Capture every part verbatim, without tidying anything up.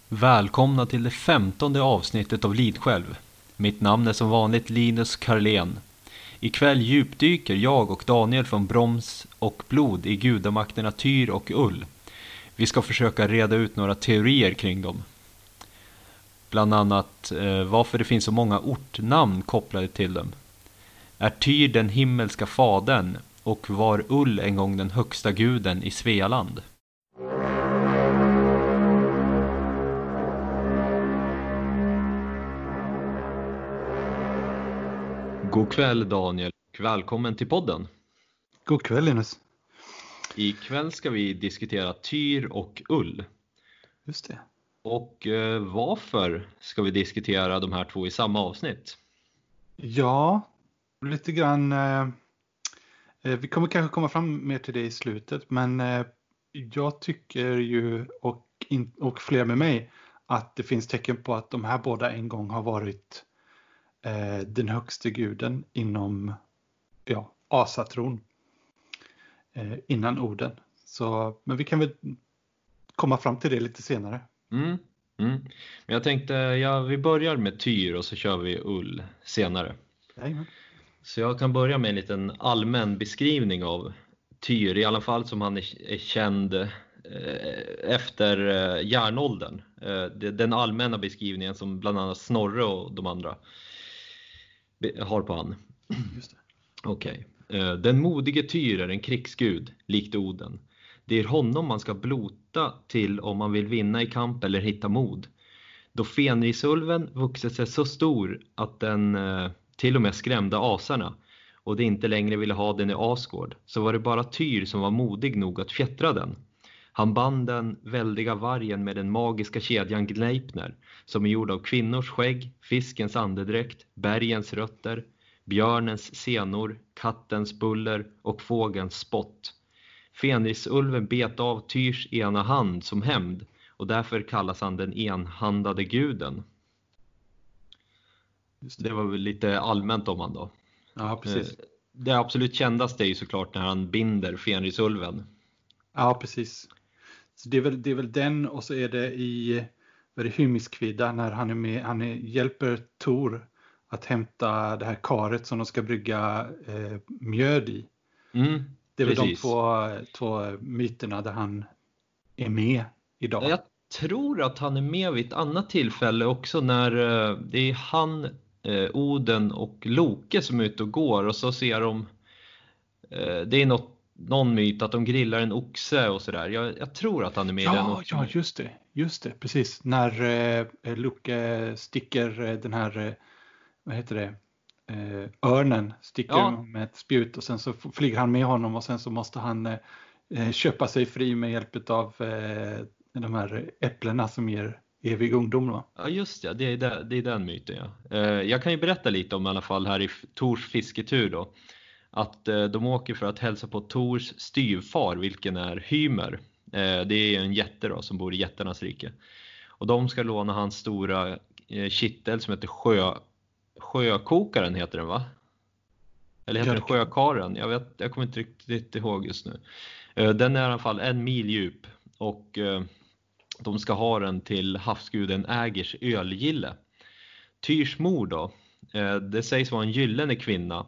Välkomna till det femtonde avsnittet av Lidsjälv. Mitt namn är som vanligt Linus Karlén. Ikväll djupdyker jag och Daniel från Broms och Blod i gudamakterna Tyr och Ull. Vi ska försöka reda ut några teorier kring dem. Bland annat eh, varför det finns så många ortnamn kopplade till dem. Är Tyr den himmelska fadern och var Ull en gång den högsta guden i Svealand? God kväll Daniel, välkommen till podden. God kväll Linus. Ikväll ska vi diskutera Tyr och Ull. Just det. Och eh, varför ska vi diskutera de här två i samma avsnitt? Ja, lite grann. Eh, vi kommer kanske komma fram mer till det i slutet. Men eh, jag tycker ju, och, in, och fler med mig, att det finns tecken på att de här båda en gång har varit eh, den högsta guden inom ja, asatron. Eh, innan orden. Så, men vi kan väl komma fram till det lite senare. Mm, mm. Men jag tänkte, ja, vi börjar med Tyr och så kör vi Ull senare. Jajamän. Så jag kan börja med en liten allmän beskrivning av Tyr, i alla fall som han är, är känd eh, efter eh, järnåldern. Eh, det, den allmänna beskrivningen som bland annat Snorre och de andra be, har på han. Just det. Okej. Okay. Eh, den modige Tyr är en krigsgud, likt Oden. Det är honom man ska blota till om man vill vinna i kamp eller hitta mod. Då Fenrisulven vuxit sig så stor att den eh, till och med skrämde asarna och det inte längre ville ha den i Asgård, så var det bara Tyr som var modig nog att fjättra den. Han band den väldiga vargen med den magiska kedjan Gleipner, som är gjord av kvinnors skägg, fiskens andedräkt, bergens rötter, björnens senor, kattens buller och fågelns spott. Fenrisulven bet av Tyrs ena hand som hämnd och därför kallas han den enhandade guden. Just det. Det var väl lite allmänt om han då. Ja, precis. Det absolut kändaste är ju såklart när han binder Fenrisulven. Ja, precis. Så det är väl, det är väl den, och så är det i vad är det, Hymiskvidda när han är med, han är, hjälper Tor att hämta det här karet som de ska brygga eh, mjöd i. Mm, det är väl precis. de två, två myterna där han är med idag. Jag tror att han är med vid ett annat tillfälle också när eh, det är han, eh, Oden och Loke som är ute och går och så ser de eh, det är något, någon myt att de grillar en oxe och sådär. Jag, jag tror att han är med ja, i den också. Ja, just det. Just det, precis. När eh, Loke sticker eh, den här, eh, vad heter det? Eh, örnen sticker Ja. med ett spjut och sen så flyger han med honom och sen så måste han eh, köpa sig fri med hjälp av eh, de här äpplena som ger evig ungdom. Va? Ja, just det, det är, det, det är den myten. Ja. Eh, jag kan ju berätta lite om i alla fall här i Tors fisketur då. Att eh, de åker för att hälsa på Tors styvfar, vilken är Hymer. Eh, det är en jätte då som bor i jätternas rike. Och de ska låna hans stora eh, kittel som heter sjö, sjökokaren heter den, va? Eller heter den sjökaren? Jag, vet, jag kommer inte riktigt ihåg just nu. Eh, den är i alla fall en mil djup och eh, de ska ha den till havsguden Ägers ölgille. Tyrs mor då, eh, det sägs vara en gyllene kvinna.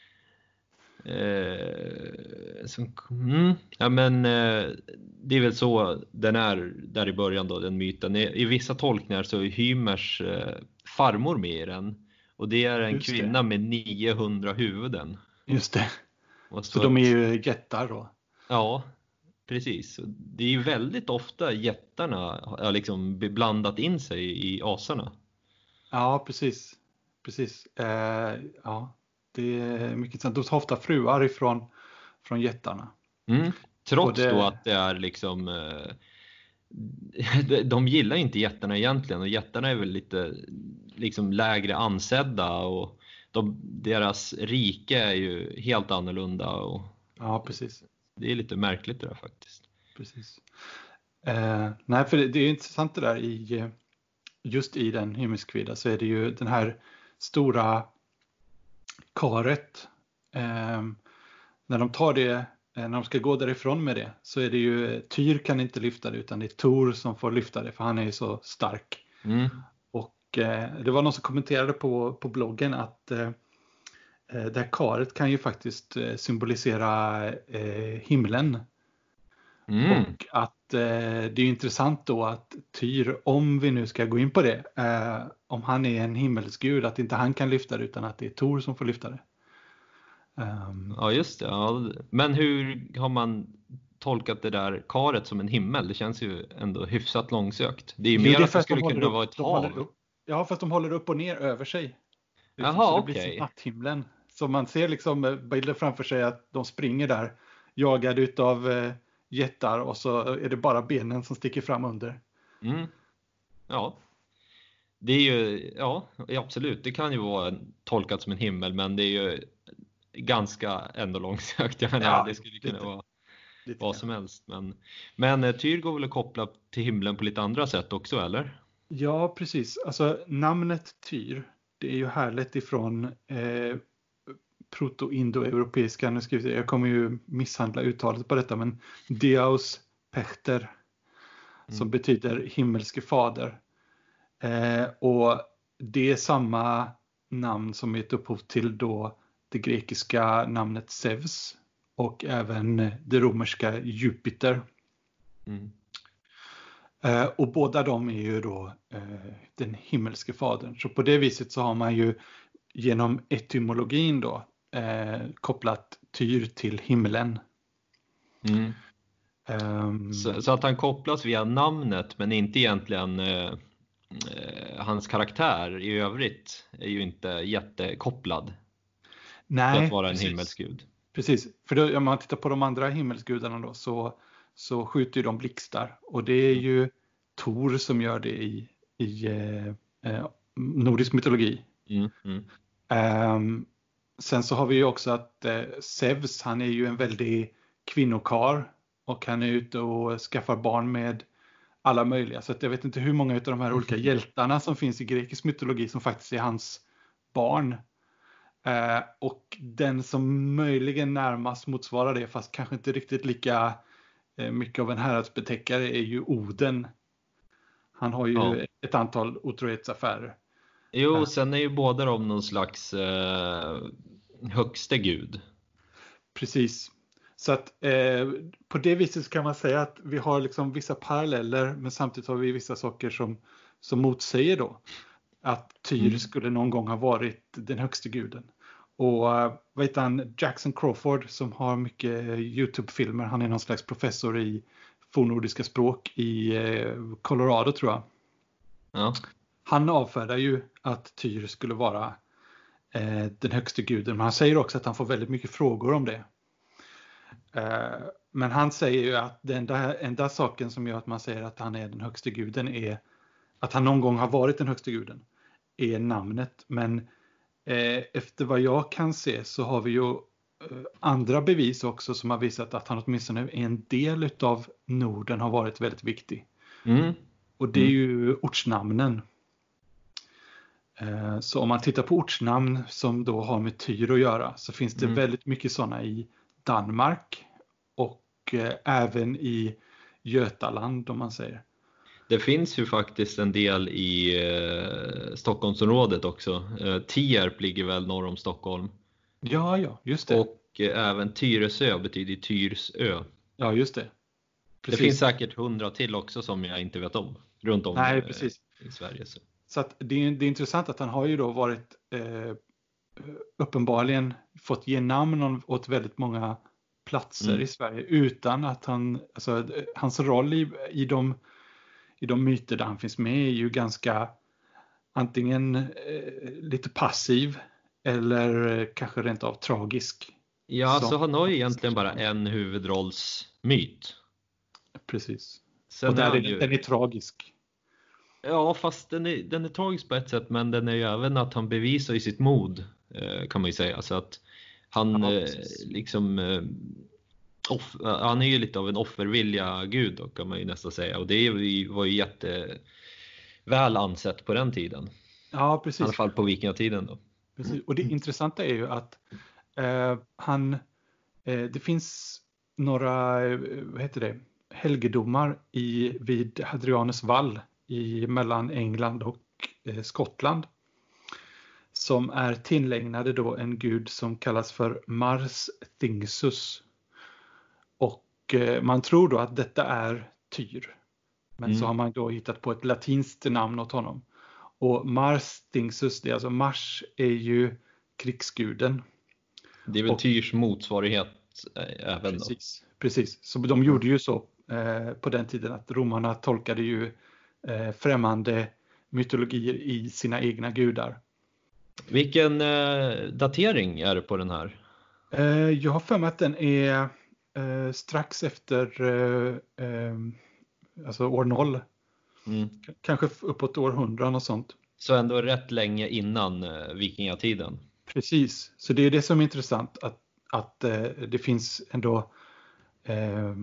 Eh, som, mm, ja men eh, det är väl så den är där i början då, den myten. I, i vissa tolkningar så är Hymers eh, farmor med i den. Och det är en Just kvinna det. med niohundra huvuden. Just det. Och så, så de är ju jättar då. Ja, precis. Det är ju väldigt ofta jättarna har liksom blandat in sig i asarna. Ja, precis. Precis. Eh, ja, det är mycket sant. De tar ofta fruar ifrån från jättarna. Mm. Trots det... då att det är liksom eh, de gillar inte jättarna egentligen, och jättarna är väl lite liksom lägre ansedda och de, deras rike är ju helt annorlunda och ja, precis. Det är lite märkligt det där faktiskt. Precis. Eh, nej, för det, det är intressant det där i just i den Hymiskvidda så är det ju den här stora karet eh, när de tar det när de ska gå därifrån med det så är det ju Tyr kan inte lyfta det utan det är Tor som får lyfta det för han är ju så stark. Mm. Och eh, det var någon som kommenterade på, på bloggen att eh, det här karet kan ju faktiskt eh, symbolisera eh, himlen. Mm. Och att eh, det är intressant då att Tyr, om vi nu ska gå in på det, eh, om han är en himmelsgud, att inte han kan lyfta det utan att det är Tor som får lyfta det. Um, Ja, just det. Ja. Men hur har man tolkat det där karet som en himmel? Det känns ju ändå hyfsat långsökt. Det är ju jo, mer det är att det skulle de kunna upp, vara ett de hav. upp, ja, fast de håller upp och ner över sig. Jaha, så det okej. blir som natthimlen. Så man ser liksom bilder framför sig att de springer där, jagade utav eh, jättar och så är det bara benen som sticker fram under. Mm. Ja. Det är ju, ja, absolut. Det kan ju vara tolkat som en himmel, men det är ju ganska ändå långsökt. Jag menar, Ja, det skulle lite, kunna vara lite vad som helst. Men, men eh, Tyr går väl att koppla till himlen på lite andra sätt också, eller? Ja, precis. Alltså namnet Tyr, det är ju härligt ifrån eh, proto-indo-europeiska, nu ska vi se, jag kommer ju misshandla uttalet på detta, men Deus Pechter, mm. som betyder himmelske fader. Eh, och det är samma namn som är ett upphov till då det grekiska namnet Zeus och även det romerska Jupiter. Mm. Eh, och båda de är ju då eh, den himmelske fadern. Så på det viset så har man ju genom etymologin då eh, kopplat Tyr till himlen. Mm. Um, så, så att han kopplas via namnet, men inte egentligen eh, eh, hans karaktär i övrigt är ju inte jättekopplad. Nej, för att vara en precis. himmelsgud. Precis, för då, om man tittar på de andra himmelsgudarna då så, så skjuter ju de blixtar. Och det är ju Tor som gör det i, i eh, nordisk mytologi. Mm, mm. Um, sen så har vi ju också att eh, Zeus, han är ju en väldigt kvinnokar och han är ute och skaffar barn med alla möjliga. Så att jag vet inte hur många av de här olika hjältarna som finns i grekisk mytologi som faktiskt är hans barn. Uh, och den som möjligen närmast motsvarar det, fast kanske inte riktigt lika uh, mycket av en häradsbetäckare, är ju Oden. Han har ju ja. ett antal otrohetsaffärer. Jo, uh. sen är ju båda de någon slags uh, högste gud. Precis. Så att eh, på det viset kan man säga att vi har liksom vissa paralleller, men samtidigt har vi vissa saker som, som motsäger då att Tyr mm. skulle någon gång ha varit den högste guden. Och uh, vad heter han? Jackson Crawford som har mycket YouTube-filmer. Han är någon slags professor i fornnordiska språk i uh, Colorado tror jag. Ja. Han avfärdar ju att Tyr skulle vara uh, den högste guden. Men han säger också att han får väldigt mycket frågor om det. Uh, men han säger ju att den enda, enda saken som gör att man säger att han är den högste guden är att han någon gång har varit den högste guden. Är namnet. Men eh, efter vad jag kan se så har vi ju eh, andra bevis också som har visat att han åtminstone är en del av Norden har varit väldigt viktig. Mm. Och det är ju ortsnamnen. Eh, så om man tittar på ortsnamn som då har med Tyr att göra så finns det mm. väldigt mycket sådana i Danmark och eh, även i Götaland om man säger. Det finns ju faktiskt en del i eh, Stockholmsområdet också. Eh, Tierp ligger väl norr om Stockholm. Ja, ja, just det. Och eh, även Tyresö betyder Tyrsö. Ja, just det. Precis. Det finns säkert hundra till också som jag inte vet om. Runt om Nej, precis. Eh, i Sverige. Så, så att det, är, det är intressant att han har ju då varit eh, uppenbarligen fått ge namn åt väldigt många platser mm. i Sverige. Utan att han, alltså hans roll i, i de I de myter där han finns med är ju ganska antingen eh, lite passiv eller eh, kanske rent av tragisk. Ja, så, så han har ju egentligen bara en huvudrollsmyt. Precis. Sen och där är, ju... den är tragisk. Ja, fast den är, den är tragisk på ett sätt, men den är ju även att han bevisar i sitt mod, eh, kan man ju säga. Så att han ja, eh, liksom... Eh, Off, han är ju lite av en offervilja gud då, kan man ju nästan säga. Och det var ju jätteväl ansett på den tiden. Ja, precis. I alla fall på vikingatiden då. Precis. Och det intressanta är ju att eh, han, eh, det finns några, eh, vad heter det, helgedomar i, vid Hadrianus vall i mellan England och eh, Skottland. Som är tillägnade då en gud som kallas för Mars Thingsus. Och eh, man tror då att detta är Tyr. Men Mm. så har man då hittat på ett latinskt namn åt honom. Och Mars Thingsus, det är alltså Mars är ju krigsguden. Det är väl Och- Tyrs motsvarighet eh, även då. Precis, precis. Så de gjorde ju så eh, på den tiden att romarna tolkade ju eh, främmande mytologier i sina egna gudar. Vilken eh, datering är det på den här? Eh, jag har för mig att den är eh, strax efter eh, eh, alltså år noll. Mm. K- kanske f- uppåt år hundra och sånt. Så ändå rätt länge innan eh, vikingatiden. Precis, så det är det som är intressant. Att, att eh, det finns ändå eh,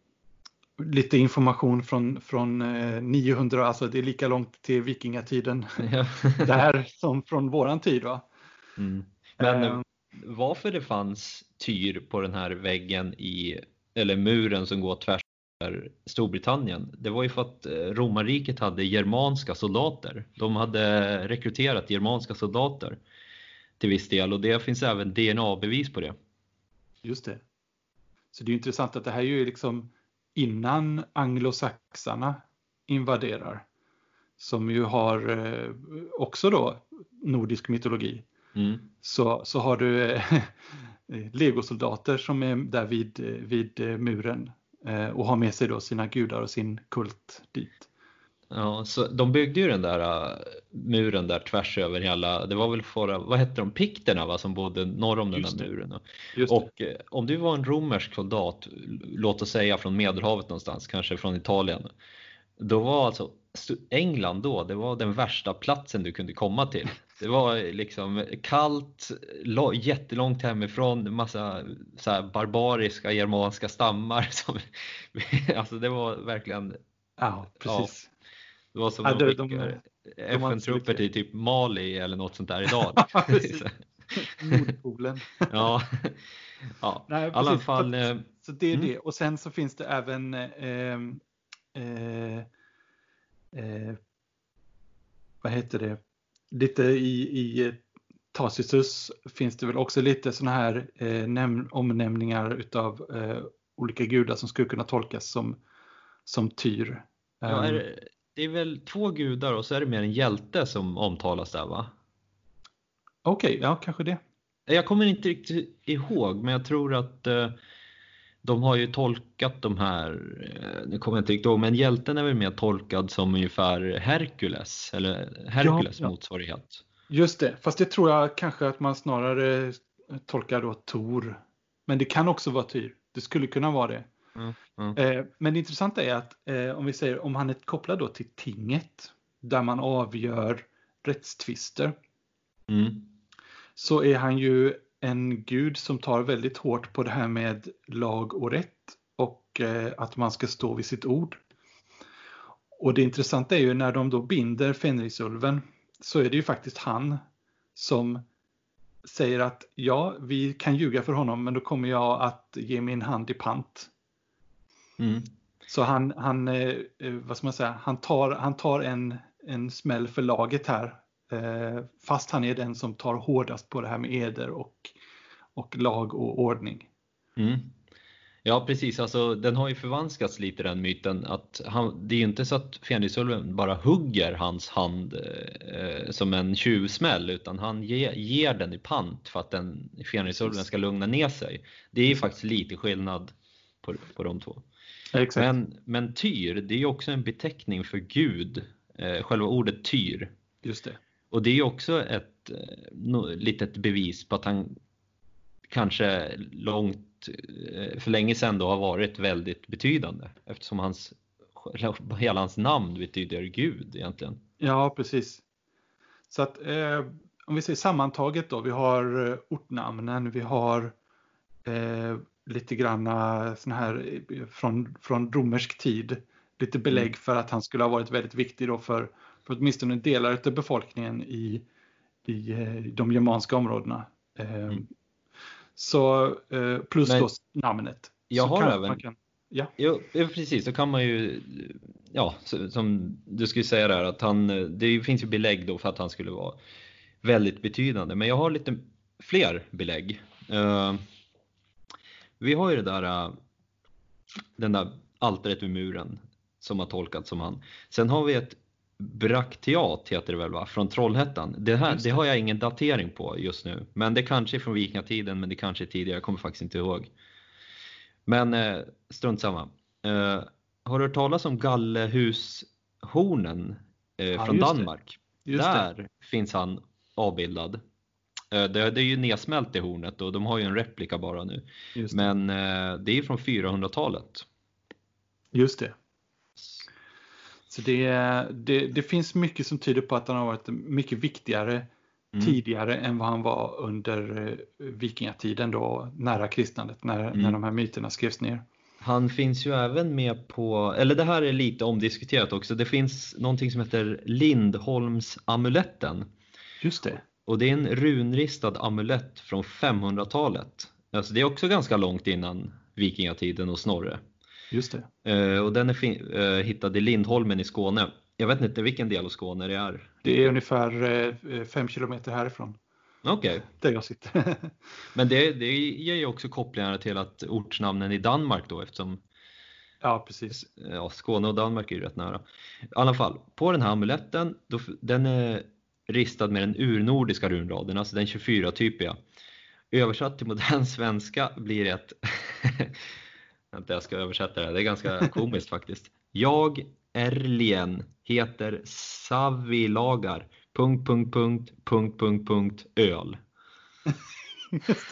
lite information från, från eh, niohundra. Alltså det är lika långt till vikingatiden där som från våran tid, va? Mm. Men Eh, varför det fanns Tyr på den här väggen i, eller muren som går tvärs över Storbritannien, det var ju för att eh, romarriket hade germanska soldater. De hade rekryterat germanska soldater till viss del, och det finns även D N A-bevis på det. Just det. Så det är ju intressant att det här är ju liksom innan anglosaxarna invaderar. Som ju har eh, också då nordisk mytologi. Mm. Så, så har du eh, legosoldater som är där vid, vid eh, muren. Eh, och har med sig då sina gudar och sin kult dit. Ja, så de byggde ju den där uh, muren där tvärs över hela, det var väl för, vad hette de, pikterna, va, som bodde norr om den Just där det. muren. Just det. Och eh, om du var en romersk soldat, låt oss säga från Medelhavet någonstans, kanske från Italien, då var alltså St- England då, det var den värsta platsen du kunde komma till. Det var liksom kallt, lo- jättelångt hemifrån, massa så här barbariska germanska stammar som, alltså det var verkligen, Ja, precis. det var som Ja, de de- de- skickar de F N-trupper absolut- till typ Mali eller något sånt där idag. Ja, precis. Nordpolen. Ja, ja. Nej, i alla precis. fall. Så, eh, så det är mm. det. Och sen så finns det även eh, eh, eh, vad heter det? Lite i, i Tacitus finns det väl också lite såna här eh, näm- omnämningar utav eh, olika gudar som skulle kunna tolkas som, som Tyr. Ja, är Ehm, det, det är väl två gudar och så är det mer en hjälte som omtalas där, va? Okej, ja kanske det. Jag kommer inte riktigt ihåg, men jag tror att eh, de har ju tolkat de här, eh, nu kommer jag inte riktigt ihåg, men hjälten är väl mer tolkad som ungefär Herkules, eller Herkules Ja, ja. motsvarighet. Just det, fast det tror jag kanske att man snarare tolkar då Tor. Men det kan också vara Tyr. Det skulle kunna vara det. Mm, mm. Eh, men det intressanta är att eh, om vi säger om han är kopplad då till tinget där man avgör rättstvister, Mm. så är han ju en gud som tar väldigt hårt på det här med lag och rätt och eh, att man ska stå vid sitt ord. Och det intressanta är ju när de då binder Fenrisulven, så är det ju faktiskt han som säger att ja, vi kan ljuga för honom, men då kommer jag att ge min hand i pant. Mm. Så han, han, eh, eh, vad ska man säga, han tar, han tar en, en smäll för laget här. Eh, fast han är den som tar hårdast på det här med eder och, och lag och ordning. Mm. Ja, precis. Alltså, den har ju förvanskats lite, den myten. Att han, det är ju inte så att Fenrisulven bara hugger hans hand eh, som en tjuvsmäll, utan han ge, ger den i pant för att den Fenrisulven ska lugna ner sig. Det är ju faktiskt lite skillnad på, på de två. Exakt. Men, men Tyr, det är ju också en beteckning för Gud. Eh, själva ordet Tyr. Just det. Och det är ju också ett eh, no, litet bevis på att han kanske långt eh, för länge sedan då har varit väldigt betydande, eftersom hans, hela hans namn betyder Gud egentligen. Ja, precis. Så att eh, om vi säger sammantaget då, vi har eh, ortnamnen, vi har eh, lite granna sån här eh, från, från romersk tid, lite belägg Mm. för att han skulle ha varit väldigt viktig då för, för åtminstone delar av befolkningen i, i eh, de germanska områdena. Eh, Mm. Så eh, plus Men- då namnet. jag så har kan även... man kan, ja. Jo, precis, så kan man ju, ja, som du skulle säga där, att han, det finns ju belägg då för att han skulle vara väldigt betydande. Men jag har lite fler belägg. Uh, vi har ju det där, uh, den där altaret vid muren som har tolkats som han. Sen har vi ett brakteat, heter det väl, va? Från Trollhättan. Det här, det. det har jag ingen datering på just nu. Men det kanske är från vikingatiden, men det kanske är tidigare, jag kommer faktiskt inte ihåg. Men uh, strunt samma. Uh, har du hört talas om Gallehushornen uh, ja, från Danmark? Just Där det. finns han avbildad. Uh, det, det är ju nedsmält i hornet och de har ju en replika bara nu. Just Men uh, det är från fyrahundratalet. Just det. Så det, det, det finns mycket som tyder på att han har varit mycket viktigare mm. tidigare än vad han var under vikingatiden då, nära kristnandet, när, mm. när de här myterna skrevs ner. Han finns ju även med på, eller det här är lite omdiskuterat också, det finns någonting som heter Lindholmsamuletten. Just det. Och det är en runristad amulett från femhundratalet. Alltså det är också ganska långt innan vikingatiden och Snorre. Just det. Uh, och den är fin- uh, hittad i Lindholmen i Skåne. Jag vet inte vilken del av Skåne det är. Det är ungefär uh, fem kilometer härifrån. Okej. Okay. Där jag sitter. Men det, det ger ju också kopplingar till att ortsnamnen i Danmark då, eftersom ja, precis. Ja, Skåne och Danmark är ju rätt nära. I alla fall, på den här amuletten, då, den är ristad med den urnordiska runraden, alltså den tjugofyra-typiga. Översatt till modern svenska blir det ett... Vänta, jag ska översätta det. Det är ganska komiskt faktiskt. Jag, Erlien, heter Savilagar. Punkt, punkt, punkt, punkt, punkt, punkt, öl. Just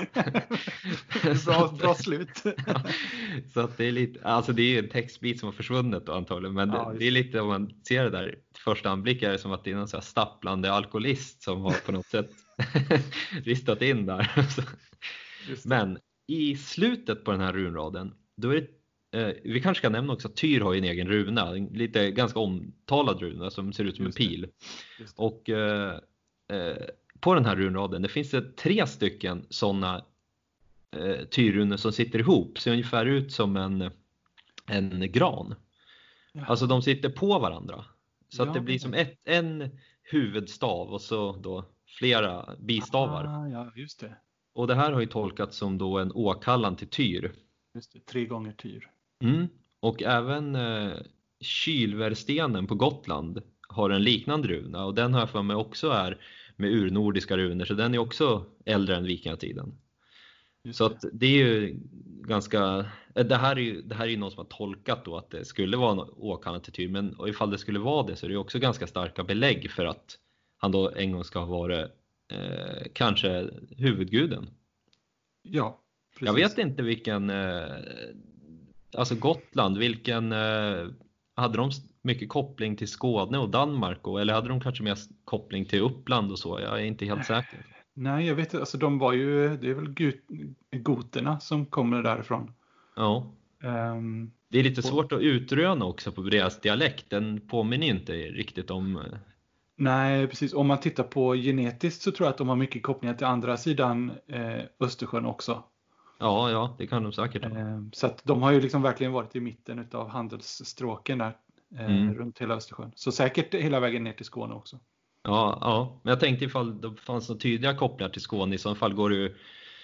det. bra, bra slut. Ja, så att det är lite, alltså det är en textbit som har försvunnit då, antagligen. Men ja, det, det är lite, om man ser det där första anblick, är det som att det är någon så här stapplande alkoholist som har på något sätt ristat in där. Men i slutet på den här runraden, då är det, eh, vi kanske ska nämna också att Tyr har en egen runa, en lite ganska omtalad runa som ser ut som Just en pil. Och eh, eh, på den här runraden, det finns det tre stycken sådana eh, Tyrrunor som sitter ihop, ser ungefär ut som en, en gran. Ja. Alltså de sitter på varandra. Så ja, att det blir som ett, en huvudstav och så då flera bistavar. Ah, ja, just det. Och det här har ju tolkats som då en åkallan till Tyr. Just det, tre gånger Tyr. Mm. Och även eh, Kylverstenen på Gotland har en liknande runa. Och den har jag för mig också är med urnordiska runor. Så den är också äldre än vikingatiden. Just så det. Att det är ju ganska... Det här är ju, det här är ju någon som har tolkat då att det skulle vara en åkallan till Tyr. Men ifall det skulle vara det så är det också ganska starka belägg för att han då en gång ska ha varit eh, kanske huvudguden. Ja, precis. Jag vet inte vilken... Eh, alltså Gotland, vilken... Eh, hade de mycket koppling till Skåne och Danmark? Och, eller hade de kanske mer koppling till Uppland och så? Jag är inte helt säker. Nej, jag vet inte. Alltså de var ju... Det är väl gut, goterna som kommer därifrån. Ja. Um, det är lite och, svårt att utröna också på deras dialekt. Den påminner inte riktigt om... Nej, precis. Om man tittar på genetiskt så tror jag att de har mycket kopplingar till andra sidan eh, Östersjön också. Ja, ja, det kan de säkert ha. Eh, så att de har ju liksom verkligen varit i mitten av handelsstråken där eh, mm. runt hela Östersjön. Så säkert hela vägen ner till Skåne också. Ja, ja. Men jag tänkte ifall det fanns några tydliga kopplingar till Skåne. I så fall går du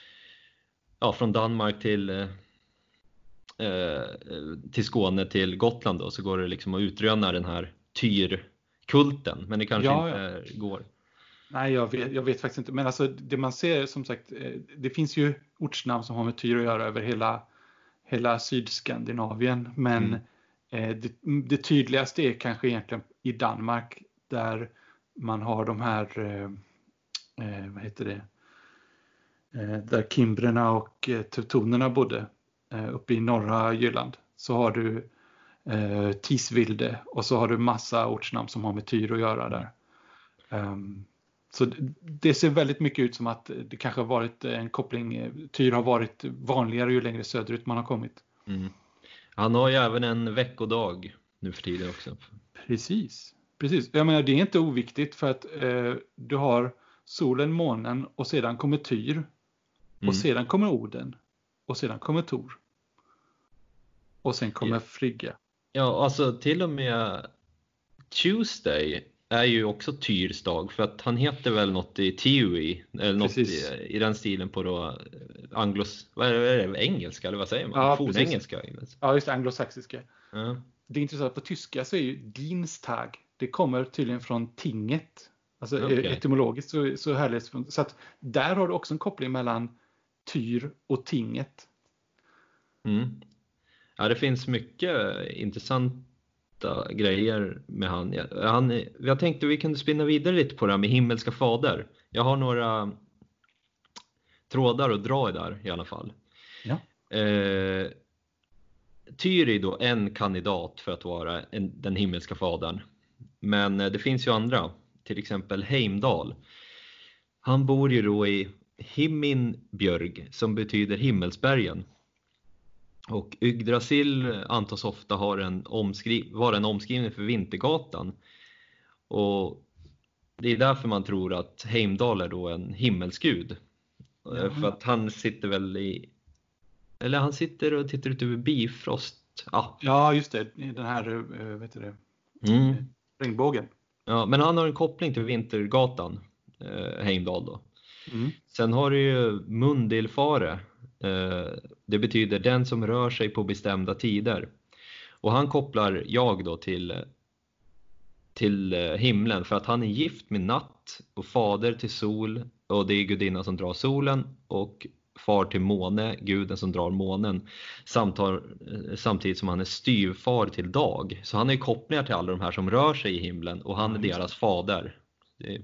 ja, från Danmark till, eh, till Skåne till Gotland då. Så går det liksom att utröna den här Tyr-kulten. Men det kanske ja, inte ja. går. Nej, jag vet, jag vet faktiskt inte. Men alltså det man ser, som sagt, det finns ju ortsnamn som har med Tyr att göra över hela, hela Sydskandinavien. Men mm. eh, det, det tydligaste är kanske egentligen i Danmark, där man har de här, eh, vad heter det, eh, där kimbrerna och eh, teutonerna bodde eh, uppe i norra Jylland. Så har du eh, Tisvilde och så har du massa ortsnamn som har med Tyr att göra där. Um, Så det ser väldigt mycket ut som att det kanske har varit en koppling. Tyr har varit vanligare ju längre söderut man har kommit. Mm. Han har ju även en veckodag nu för tiden också. Precis. Precis. Jag menar, det är inte oviktigt för att eh, du har solen, månen och sedan kommer Tyr. Mm. Och sedan kommer Oden. Och sedan kommer Tor. Och sen kommer Ja. Frigga. Ja, alltså till och med Tuesday är ju också Tyrs dag, för att han heter väl något i Tiwi eller något i, i den stilen på då anglos, vad är det, vad är det, engelska eller vad säger man? Ja, Fornengelska. Ja, just det, anglosaxiska. Ja. Det är intressant, på tyska så är ju Dienstag, det kommer tydligen från tinget. Alltså Okay. etymologiskt så, så härligt. Så att där har du också en koppling mellan Tyr och tinget. Mm. Ja, det finns mycket intressanta grejer med han. han. Jag tänkte vi kunde spinna vidare lite på det här med himmelska fader. Jag har några trådar att dra i där i alla fall. Ja. Eh, Tyr är då en kandidat för att vara en, den himmelska fadern. Men det finns ju andra, till exempel Heimdall. Han bor ju då i Himminbjörg, som betyder himmelsbergen. Och Yggdrasil antas ofta ha en omskri- vara en omskrivning för Vintergatan. Och det är därför man tror att Heimdall är då en himmelsgud. Ja. För att han sitter väl i... Eller han sitter och tittar ut över Bifrost. Ja, ja just det. Den här, vet du det, mm. regnbågen. Ja, men han har en koppling till Vintergatan, eh, Heimdall då. Mm. Sen har du ju Mundilfare. Eh, det betyder den som rör sig på bestämda tider. Och han kopplar jag då till, till himlen, för att han är gift med natt och fader till sol. Och det är gudinnan som drar solen, och far till måne, guden som drar månen, samtidigt som han är styvfar till dag. Så han är kopplingar till alla de här som rör sig i himlen, och han är deras fader. Det...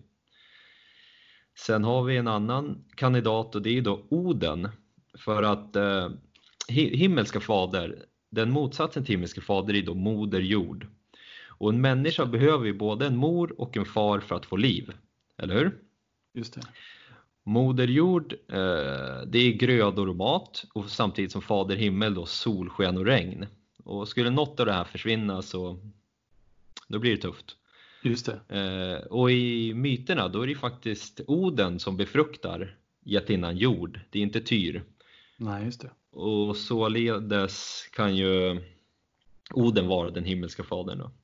Sen har vi en annan kandidat, och det är då Oden. För att eh, himmelska fader, den motsatsen till himmelska fader är då moder jord. Och en människa behöver ju både en mor och en far för att få liv, eller hur? Just det. Moder jord, eh, det är grödor och mat, och samtidigt som fader himmel då solsken och regn. Och skulle något av det här försvinna, så då blir det tufft. Just det. Eh, och i myterna då är det faktiskt Oden som befruktar jättinnan jord, det är inte Tyr. Nej, just det. Och således kan ju Oden vara den himmelska fadern då.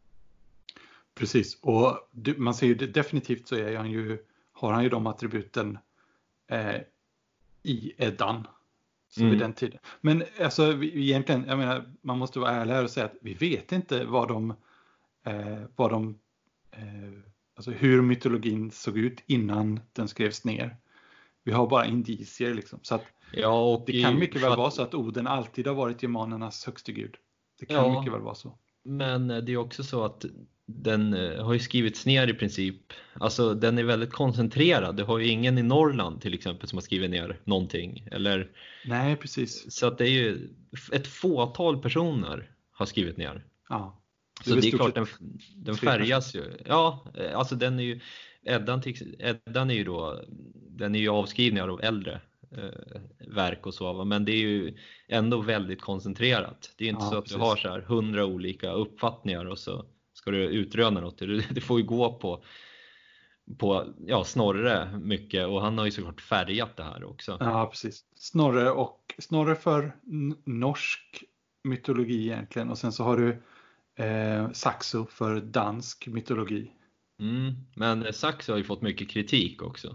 Precis, och man ser ju definitivt så är han ju, har han ju de attributen eh, i Eddan. Så mm. vid den tiden. Men alltså vi, egentligen, jag menar, man måste vara ärlig här och säga att vi vet inte vad de, eh, vad de eh, alltså hur mytologin såg ut innan den skrevs ner. Vi har bara indicier liksom. Så att ja, och det kan mycket väl att... vara så att Oden alltid har varit germanernas högste gud. Det kan ja, mycket väl vara så. Men det är också så att den har ju skrivits ner i princip. Alltså den är väldigt koncentrerad. Det har ju ingen i Norrland till exempel som har skrivit ner någonting. Eller... Nej, precis. Så att det är ju ett fåtal personer har skrivit ner. Ja. Det så det är klart den, den färgas ju. Ja, alltså den är ju Eddan, Eddan är ju då, den är ju avskrivningar av äldre eh, verk och så, men det är ju ändå väldigt koncentrerat. Det är inte ja, så att precis. Du har så här hundra olika uppfattningar och så ska du utröna något. Det får ju gå på på ja, Snorre mycket, och han har ju såklart färgat det här också. Ja, precis. Snorre och Snorre för norsk mytologi egentligen, och sen så har du eh, Saxo för dansk mytologi. Mm, men Saxo har ju fått mycket kritik också.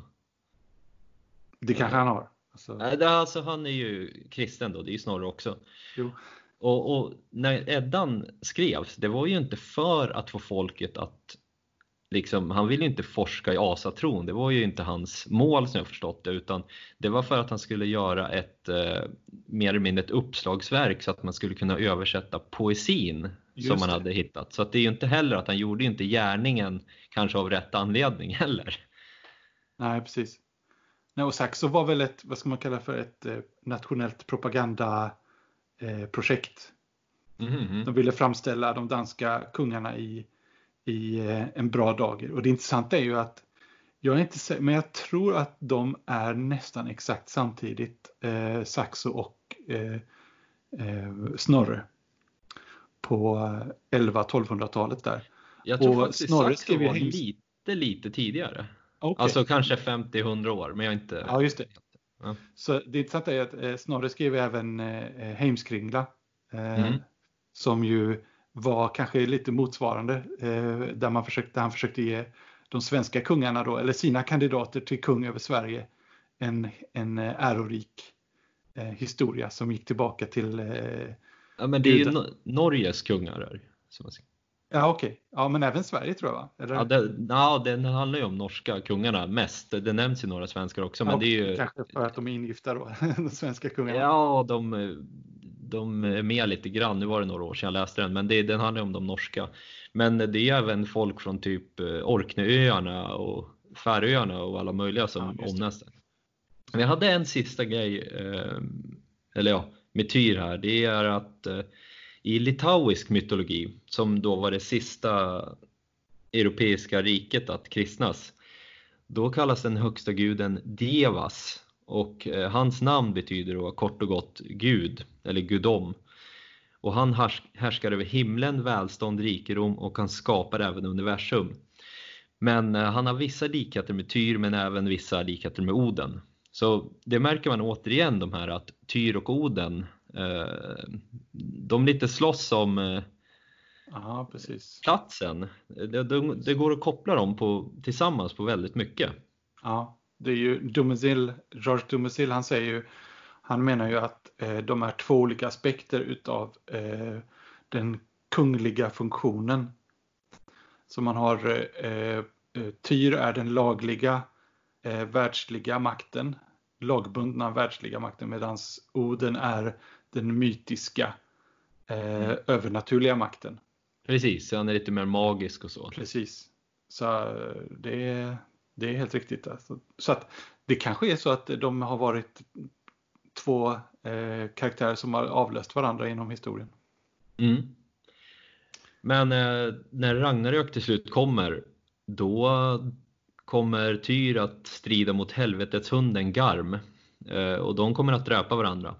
Det kanske han har. Alltså... Nej, det, alltså, han är ju kristen då, det är ju Snorre också. Jo. Och, och när Eddan skrevs, det var ju inte för att få folket att liksom, han ville inte forska i asatron, det var ju inte hans mål som jag förstått det, utan det var för att han skulle göra ett eh, mer eller mindre ett uppslagsverk så att man skulle kunna översätta poesin Just som man hade det. hittat. Så att det är ju inte heller att han gjorde inte gärningen kanske av rätt anledning heller. Nej, precis. Nej, och Saxo var väl ett, vad ska man kalla för ett eh, nationellt propagandaprojekt. Eh, mm-hmm. De ville framställa de danska kungarna i i en bra dager. Och det intressanta är ju att jag är inte men jag tror att de är nästan exakt samtidigt eh, Saxo och eh, eh, Snorre på elva tolv-hundratalet där. Jag tror och faktiskt Snorre Saxo var hems... lite lite tidigare. Okay. Alltså kanske femtio till hundra år, men jag inte. Ja, just det. Ja. Så det intressanta är att eh, Snorre skrev även eh, Heimskringla Eh, Mm. Som ju var kanske lite motsvarande. Eh, där, man försökte, där han försökte ge de svenska kungarna då, eller sina kandidater till kung över Sverige, en, en ärorik eh, historia som gick tillbaka till eh, Ja, men det är ju guden. no- Norges kungar här, som man säger. Ja, okej. Okay. Ja, men även Sverige tror jag, va? Eller? Ja, det, ja, den handlar ju om norska kungarna mest. Det nämns ju några svenskar också, men Ja, det är ju... kanske för att de är ingifta då, de svenska kungarna. Ja, de, de är med lite grann. Nu var det några år sedan jag läste den, men det, den handlar om de norska. Men det är även folk från typ Orkneyöarna och Färöarna och alla möjliga som Ja, omnämns. Men jag hade en sista grej, eh, eller ja, med Tyr här. Det är att eh, i litauisk mytologi, som då var det sista europeiska riket att kristnas, då kallas den högsta guden Dievas, och eh, hans namn betyder då kort och gott Gud eller gudom. Och han härs- härskar över himlen, välstånd, rikedom, och han skapar även universum. Men eh, han har vissa likheter med Tyr, men även vissa likheter med Oden. Så det märker man återigen, de här att Tyr och Oden, eh, de lite slåss om eh, Ja, precis. platsen. Det, det, det går att koppla dem på, tillsammans på väldigt mycket. Ja, det är ju Dumézil, Georges Dumézil, han säger ju, han menar ju att eh, de är två olika aspekter utav eh, den kungliga funktionen. Så man har eh, Tyr är den lagliga eh, världsliga makten, lagbundna världsliga makten, medan Oden är den mytiska eh, mm. övernaturliga makten. Precis, han är lite mer magisk och så. Precis, så det är, det är helt riktigt. Alltså. Så att det kanske är så att de har varit två eh, karaktärer som har avlöst varandra inom historien. Mm. Men eh, när Ragnarök till slut kommer, då kommer Tyr att strida mot helvetets hunden Garm, eh, och de kommer att dräpa varandra.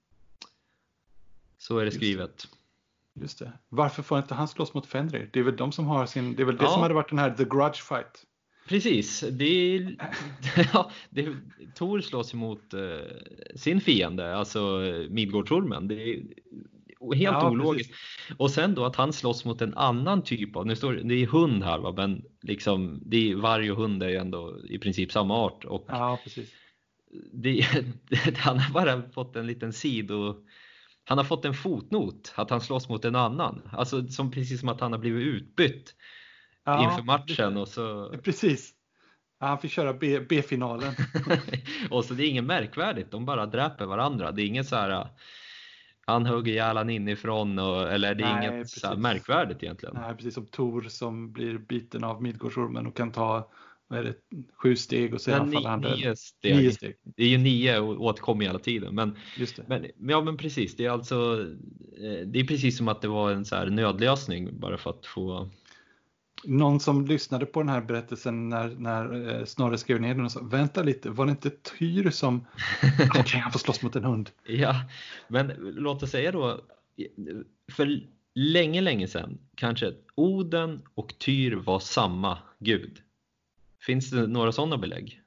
Så är det skrivet. Just det. Varför får inte han slåss mot Fenrir? Det är väl de som har sin, det är väl det ja. som hade varit den här The Grudge Fight. Precis, det är, ja, det, Tor slåss mot uh, sin fiende, alltså Midgårdsormen. Det är helt ja, ologiskt. Precis. Och sen då att han slåss mot en annan typ av, nu står det är hund här, va? Men liksom, det är, varg och hund är ju ändå i princip samma art. Och ja, precis. Det, han har bara fått en liten sido, han har fått en fotnot att han slåss mot en annan. Alltså som, precis som att han har blivit utbytt. Ja, inför matchen det, och så... Precis. Ja, han fick köra B, B-finalen. Och så det är inget märkvärdigt. De bara dräper varandra. Det är inget så här... Han hugger ihjäl inifrån. Och, eller det är Nej, inget så här märkvärdigt egentligen. Nej, precis som Tor som blir biten av Midgårdsormen och kan ta vad är det, sju steg och sedan faller han död. Nio steg. nio steg. Det är ju nio och återkommer hela tiden. Men, Just det. Men, ja, men precis. Det är alltså... Det är precis som att det var en så här nödlösning bara för att få... Någon som lyssnade på den här berättelsen när, när Snorre skrev ner den och sa, vänta lite, var det inte Tyr som okej, okay, han får slåss mot en hund? Ja, men låt oss säga då, för länge, länge sedan kanske Oden och Tyr var samma gud. Finns det några sådana belägg?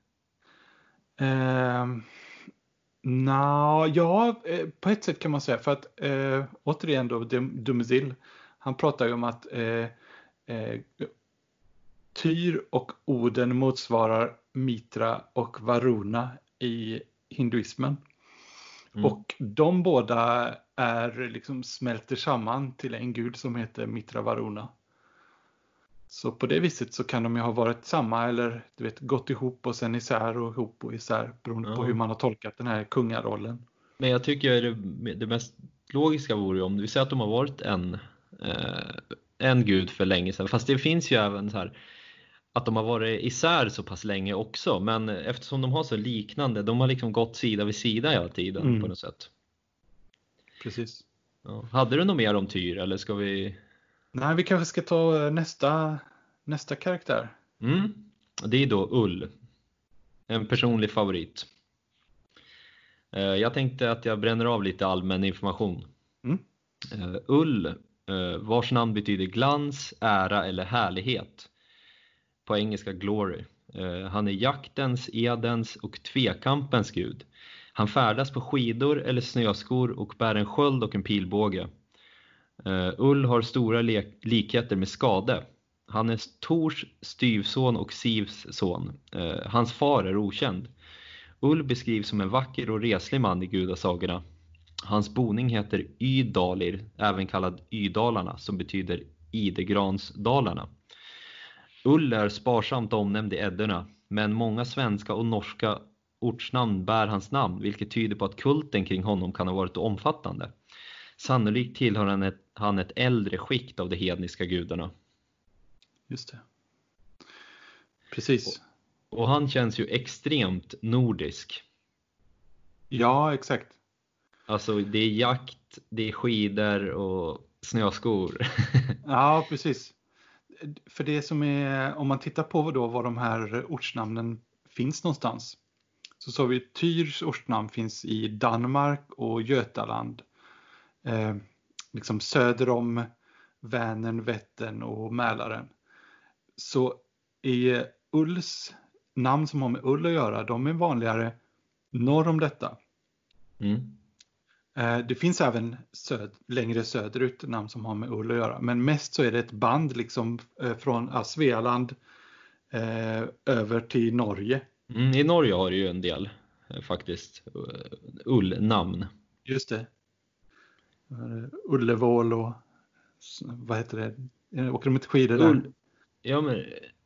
Eh, na, ja, på ett sätt kan man säga, för att eh, återigen då, Dumézil, han pratar ju om att eh, Eh, Tyr och Oden motsvarar Mitra och Varuna i hinduismen. Mm. Och de båda är liksom smälter samman till en gud som heter Mitra Varuna. Så på det viset så kan de ju ha varit samma eller du vet, gått ihop och sen isär och ihop och isär beroende ja. på hur man har tolkat den här kungarollen. Men jag tycker det, det mest logiska vore om vi säger att de har varit en eh, en gud för länge sedan. Fast det finns ju även så här att de har varit isär så pass länge också. Men eftersom de har så liknande, de har liksom gått sida vid sida hela tiden mm. på något sätt. Precis. Ja. Hade du något mer om Tyr eller ska vi... Nej, vi kanske ska ta nästa, nästa karaktär. Mm. Det är då Ull. En personlig favorit. Jag tänkte att jag bränner av lite allmän information. Mm. Ull, vars namn betyder glans, ära eller härlighet. På engelska glory. Han är jaktens, edens och tvekampens gud. Han färdas på skidor eller snöskor och bär en sköld och en pilbåge. Uh, Ull har stora le- likheter med Skade. Han är Tors styvson och Sivs son. Uh, hans far är okänd. Ull beskrivs som en vacker och reslig man i gudasagorna. Hans boning heter Ydalir, även kallad Ydalarna, som betyder Idegransdalarna. Ull är sparsamt omnämnd i Eddorna, men många svenska och norska ortsnamn bär hans namn, vilket tyder på att kulten kring honom kan ha varit omfattande. Sannolikt tillhör han ett, han ett äldre skikt av de hedniska gudarna. Just det. Precis. Och, och han känns ju extremt nordisk. Ja, exakt. Alltså det är jakt, det är skidor och snöskor. Ja, precis. För det som är, om man tittar på då var de här ortsnamnen finns någonstans. Så så vi Tyrs ortsnamn finns i Danmark och Götaland. Eh, liksom söder om Vänern, Vättern och Mälaren. Så är Ulls namn som har med ull att göra, de är vanligare norr om detta. Mm. Eh, det finns även söd, längre söderut namn som har med ull att göra. Men mest så är det ett band liksom eh, från ja, Svealand eh, över till Norge. Mm, i Norge har det ju en del eh, faktiskt uh, ullnamn. Just det. Uh, Ullevål och vad heter det? Åker de inte skidor där? Ull, ja, men,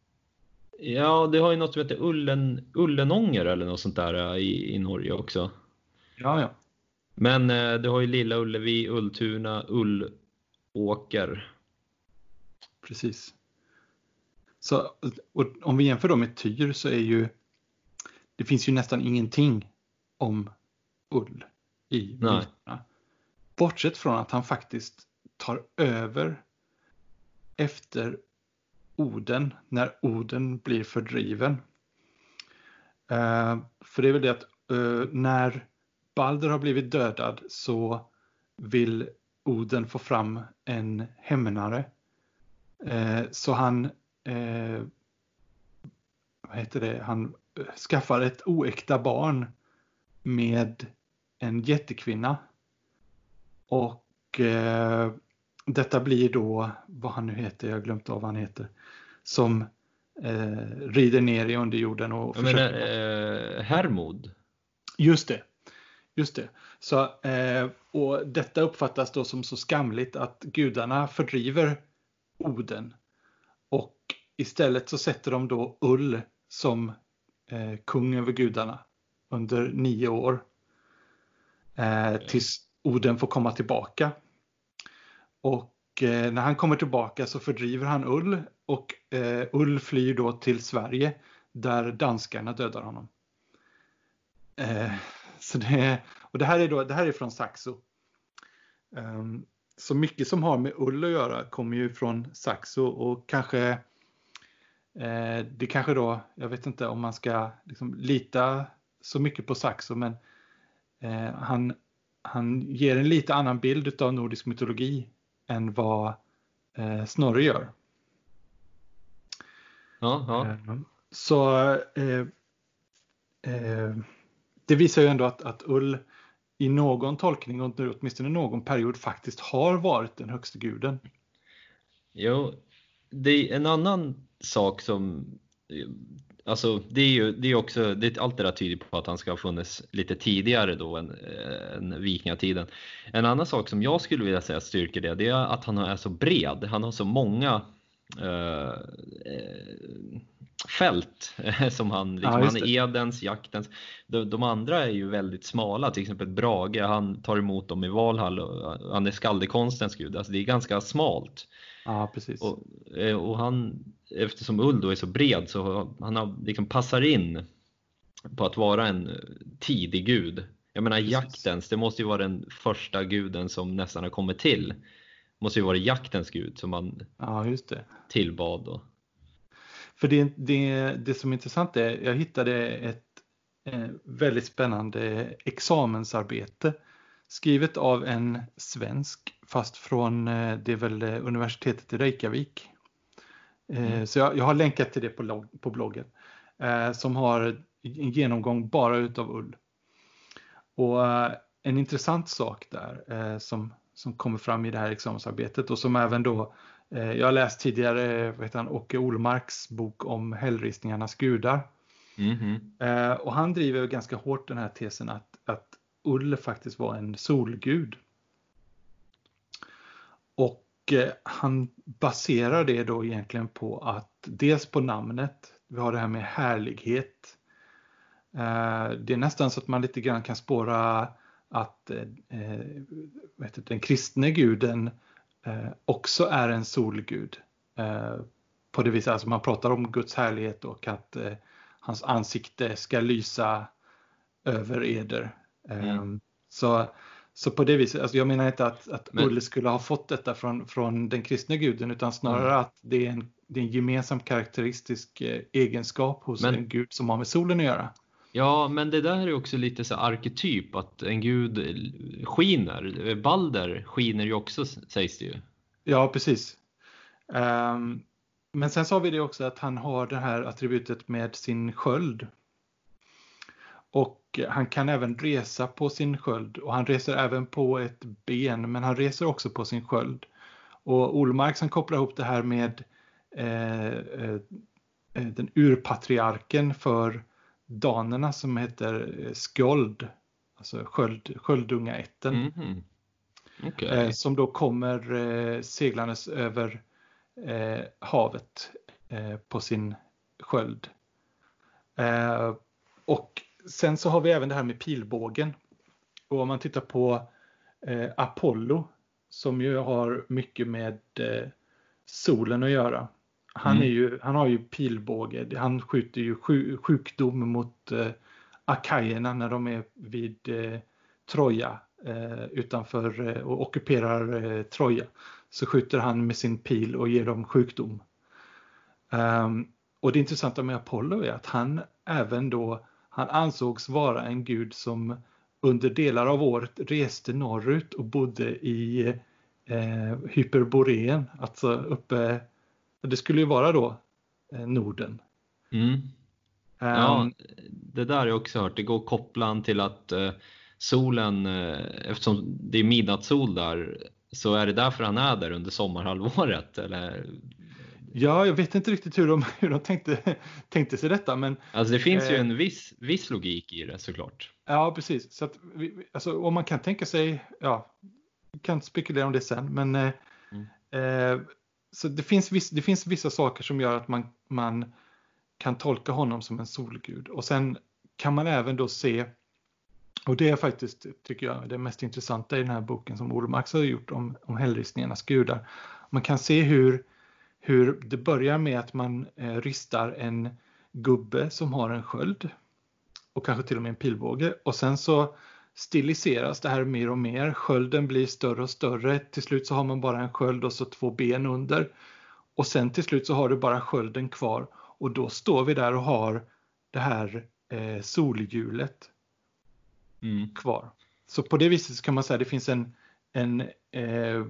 ja, det har ju något som heter Ullen, Ullenånger eller något sånt där i, i Norge också. Ja, ja. Men eh, du har ju Lilla Ullevi, Ulltuna, Ullåker. Precis. Så och om vi jämför då med Tyr så är ju det finns ju nästan ingenting om ull i myterna. Bortsett från att han faktiskt tar över efter Oden när Oden blir fördriven. Uh, för det är väl det att uh, när Balder har blivit dödad så vill Oden få fram en hämnare. Uh, så han uh, vad heter det? Han skaffar ett oäkta barn med en jättekvinna. Och eh, detta blir då, vad han nu heter, jag har glömt av vad han heter, som eh, rider ner i underjorden och jag försöker... menar, eh, Hermod. Just det, just det. Så, eh, och detta uppfattas då som så skamligt att gudarna fördriver Oden. Och istället så sätter de då Ull som eh, kung över gudarna under nio år. Eh, tills Oden får komma tillbaka. Och eh, när han kommer tillbaka så fördriver han Ull. Och eh, Ull flyr då till Sverige där danskarna dödar honom. Eh, så det, och det här är då det här är från Saxo. Um, så mycket som har med ull att göra kommer ju från Saxo och kanske eh, det kanske då, jag vet inte om man ska liksom lita så mycket på Saxo, men eh, han, han ger en lite annan bild av nordisk mytologi än vad eh, Snorre gör. Ja, ja. Eh, så eh, eh, det visar ju ändå att, att ull i någon tolkning och åtminstone någon period faktiskt har varit den högsta guden. Jo, det är en annan sak som, alltså det är ju det är också, det, allt det där tyder på att han ska ha funnits lite tidigare då än, än vikingatiden. En annan sak som jag skulle vilja säga styrker det, det är att han är så bred, han har så många eh, fält som han, liksom, ja, han är Edens, jaktens. De, de andra är ju väldigt smala, till exempel Brage, han tar emot dem i Valhall och han är skaldekonstens gud, alltså det är ganska smalt. Ja, precis. Och, och han, eftersom Ull då är så bred, så han har, liksom passar in på att vara en tidig gud. Jag menar, precis. Jaktens, det måste ju vara den första guden som nästan har kommit till. Måste ju vara jaktens gud som man ja, just det. tillbad då. För det, det, det som är intressant är, jag hittade ett eh, väldigt spännande examensarbete skrivet av en svensk, fast från eh, det är väl universitetet i Reykjavik. Eh, mm. Så jag, jag har länkat till det på, log, på bloggen. Eh, som har en genomgång bara utav ull. Och eh, en intressant sak där eh, som, som kommer fram i det här examensarbetet och som även då, eh, jag har läst tidigare vad heter han, Åke Olmarks bok om hällristningarnas gudar. Mm-hmm. Eh, och han driver ganska hårt den här tesen att, att Ull faktiskt var en solgud. Och eh, han baserar det då egentligen på att dels på namnet, vi har det här med härlighet. Eh, det är nästan så att man lite grann kan spåra att eh, vet du, den kristne guden eh, också är en solgud. Eh, på det viset, alltså man pratar om Guds härlighet och att eh, hans ansikte ska lysa över eder. Mm. Um, så, så på det viset, alltså jag menar inte att, att Men... Ull skulle ha fått detta från, från den kristna guden, utan snarare mm. att det är, en, det är en gemensam karaktäristisk eh, egenskap hos Men... en gud som har med solen att göra. Ja, men det där är också lite så arketyp, att en gud skiner. Balder skiner ju också, sägs det ju. Ja, precis. Um, men sen så har vi det också att han har det här attributet med sin sköld. Och han kan även resa på sin sköld. Och han reser även på ett ben, men han reser också på sin sköld. Och Olmark som kopplar ihop det här med eh, eh, den urpatriarken för danerna som heter Skjold, alltså sköld, sköldungaätten. Mm-hmm. Okay. Eh, som då kommer eh, seglandes över eh, havet eh, på sin sköld. Eh, och sen så har vi även det här med pilbågen. Och om man tittar på eh, Apollo, som ju har mycket med eh, solen att göra. Han, är ju, han har ju pilbåge. Han skjuter ju sjuk, sjukdom mot eh, akajerna när de är vid eh, Troja. Eh, utanför eh, och ockuperar eh, Troja. Så skjuter han med sin pil och ger dem sjukdom. Um, och det intressanta med Apollo är att han även då, han ansågs vara en gud som under delar av året reste norrut och bodde i eh, Hyperboreen, alltså uppe. Det skulle ju vara då eh, Norden. Mm. Ja, um, det där har jag också hört. Det går kopplan till att eh, solen, eh, eftersom det är midnattssol där, så är det därför han är där under sommarhalvåret, eller? Ja, jag vet inte riktigt hur de, hur de tänkte, tänkte sig detta. Men, alltså det finns eh, ju en viss, viss logik i det, såklart. Ja, precis. Så att vi, alltså, om man kan tänka sig, ja, vi kan spekulera om det sen. Men eh, mm. eh, så det finns, viss, det finns vissa saker som gör att man, man kan tolka honom som en solgud. Och sen kan man även då se, och det är faktiskt, tycker jag, det mest intressanta i den här boken som Olmark har gjort om, om hällristningarnas gudar. Man kan se hur, hur det börjar med att man eh, ristar en gubbe som har en sköld. Och kanske till och med en pilbåge. Och sen så stiliseras det här mer och mer. Skölden blir större och större. Till slut så har man bara en sköld och så två ben under. Och sen till slut så har du bara skölden kvar. Och då står vi där och har det här eh, solhjulet mm. kvar. Så på det viset så kan man säga att det finns en, en eh,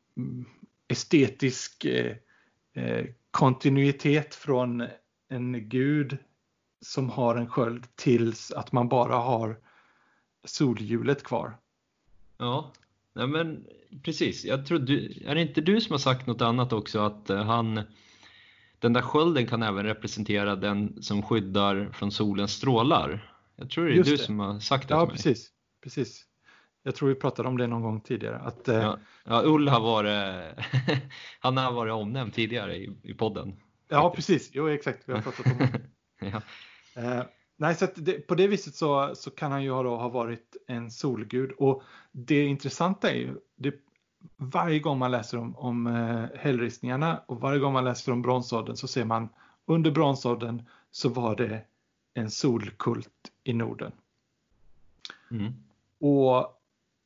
estetisk eh, eh, kontinuitet från en gud som har en sköld tills att man bara har solhjulet kvar. Ja, nej men precis. Jag tror du, är det inte du som har sagt något annat också, att han, den där skölden kan även representera den som skyddar från solens strålar? Jag tror det är Just du det. som har sagt det ja, till mig. Ja, precis. Precis. Jag tror vi pratade om det någon gång tidigare. Att, ja, ja, Ull har varit han har varit omnämnd tidigare i, i podden. Ja, faktiskt. Precis. Jo, exakt. Vi har pratat om det. ja. Eh, nej, så att det, på det viset så, så kan han ju ha, då, ha varit en solgud. Och det intressanta är ju, det, varje gång man läser om, om eh, hällristningarna och varje gång man läser om bronsåldern så ser man under bronsåldern så var det en solkult i Norden. Mm. Och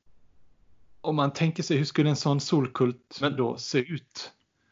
om man tänker sig hur skulle en sån solkult Men... då se ut?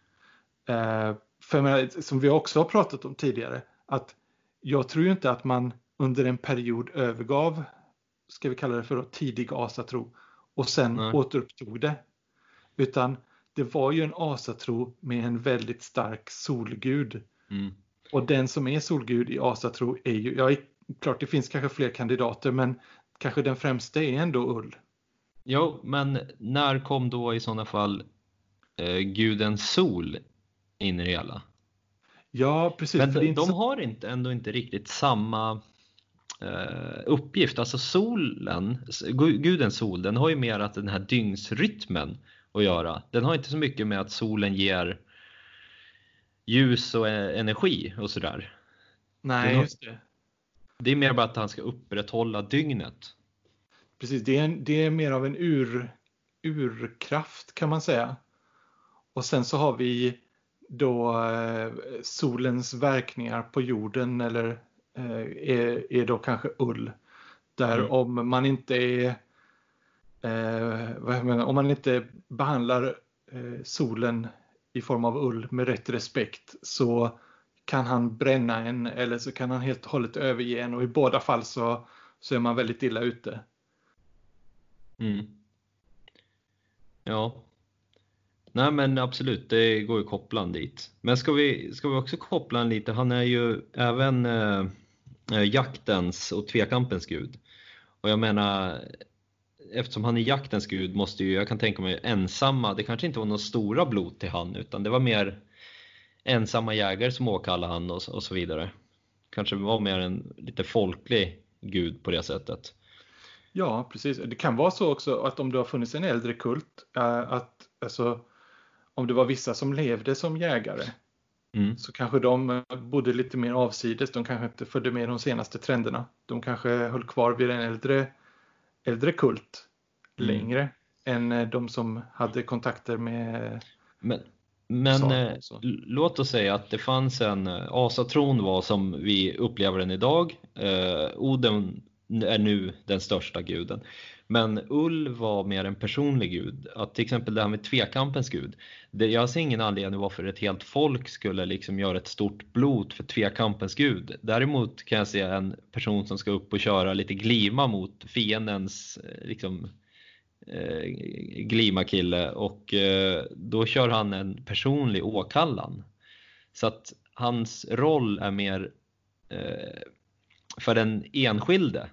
Eh, för menar, som vi också har pratat om tidigare, att jag tror ju inte att man under en period övergav, ska vi kalla det för då, tidig asatro och sen Nej. återupptog det. Utan det var ju en asatro med en väldigt stark solgud. Mm. Och den som är solgud i asatro är ju, ja, klart det finns kanske fler kandidater, men kanske den främsta är ändå Ull. Jo, men när kom då i sådana fall eh, guden sol in i det hela? Ja, precis. Men För det är de, inte de så... har inte, ändå inte riktigt samma eh, uppgift. Alltså solen, s- gu- gudens sol, den har ju mer att den här dygnsrytmen att göra. Den har inte så mycket med att solen ger ljus och eh, energi och sådär. Den Nej, har, just det. det är mer bara att han ska upprätthålla dygnet. Precis, det är, en, det är mer av en ur, urkraft kan man säga. Och sen så har vi då eh, solens verkningar på jorden, eller eh, är, är då kanske ull. Där Mm. om man inte är eh, vad jag menar, om man inte behandlar eh, solen i form av ull med rätt respekt, så kan han bränna en, eller så kan han helt och hållet överge en, och i båda fall så, så är man väldigt illa ute. Mm. Ja. Nej, men absolut, det går ju kopplan dit. Men ska vi, ska vi också koppla en lite, han är ju även eh, eh, jaktens och tvekampens gud. Och jag menar, eftersom han är jaktens gud måste ju, jag kan tänka mig ensamma, det kanske inte var några stora blod till han, utan det var mer ensamma jägare som åkallade han och, och så vidare. Kanske var mer en lite folklig gud på det sättet. Ja, precis. Det kan vara så också att om det har funnits en äldre kult, eh, att alltså, om det var vissa som levde som jägare, Mm. så kanske de bodde lite mer avsides. De kanske inte följde med de senaste trenderna. De kanske höll kvar vid en äldre, äldre kult Mm. längre än eh, de som hade kontakter med Men, men Sagan eh, och så. l- låt oss säga att det fanns en eh, asatron var som vi upplever den idag. Eh, Oden är nu den största guden. Men Ull var mer en personlig gud. Att till exempel det här med tvekampens gud. Det, jag ser ingen anledning varför ett helt folk skulle liksom göra ett stort blot för tvekampens gud. Däremot kan jag se en person som ska upp och köra lite glima mot fiendens eh, liksom eh, Glima-kille, och eh, då kör han en personlig åkallan. Så att hans roll är mer eh, för den enskilde.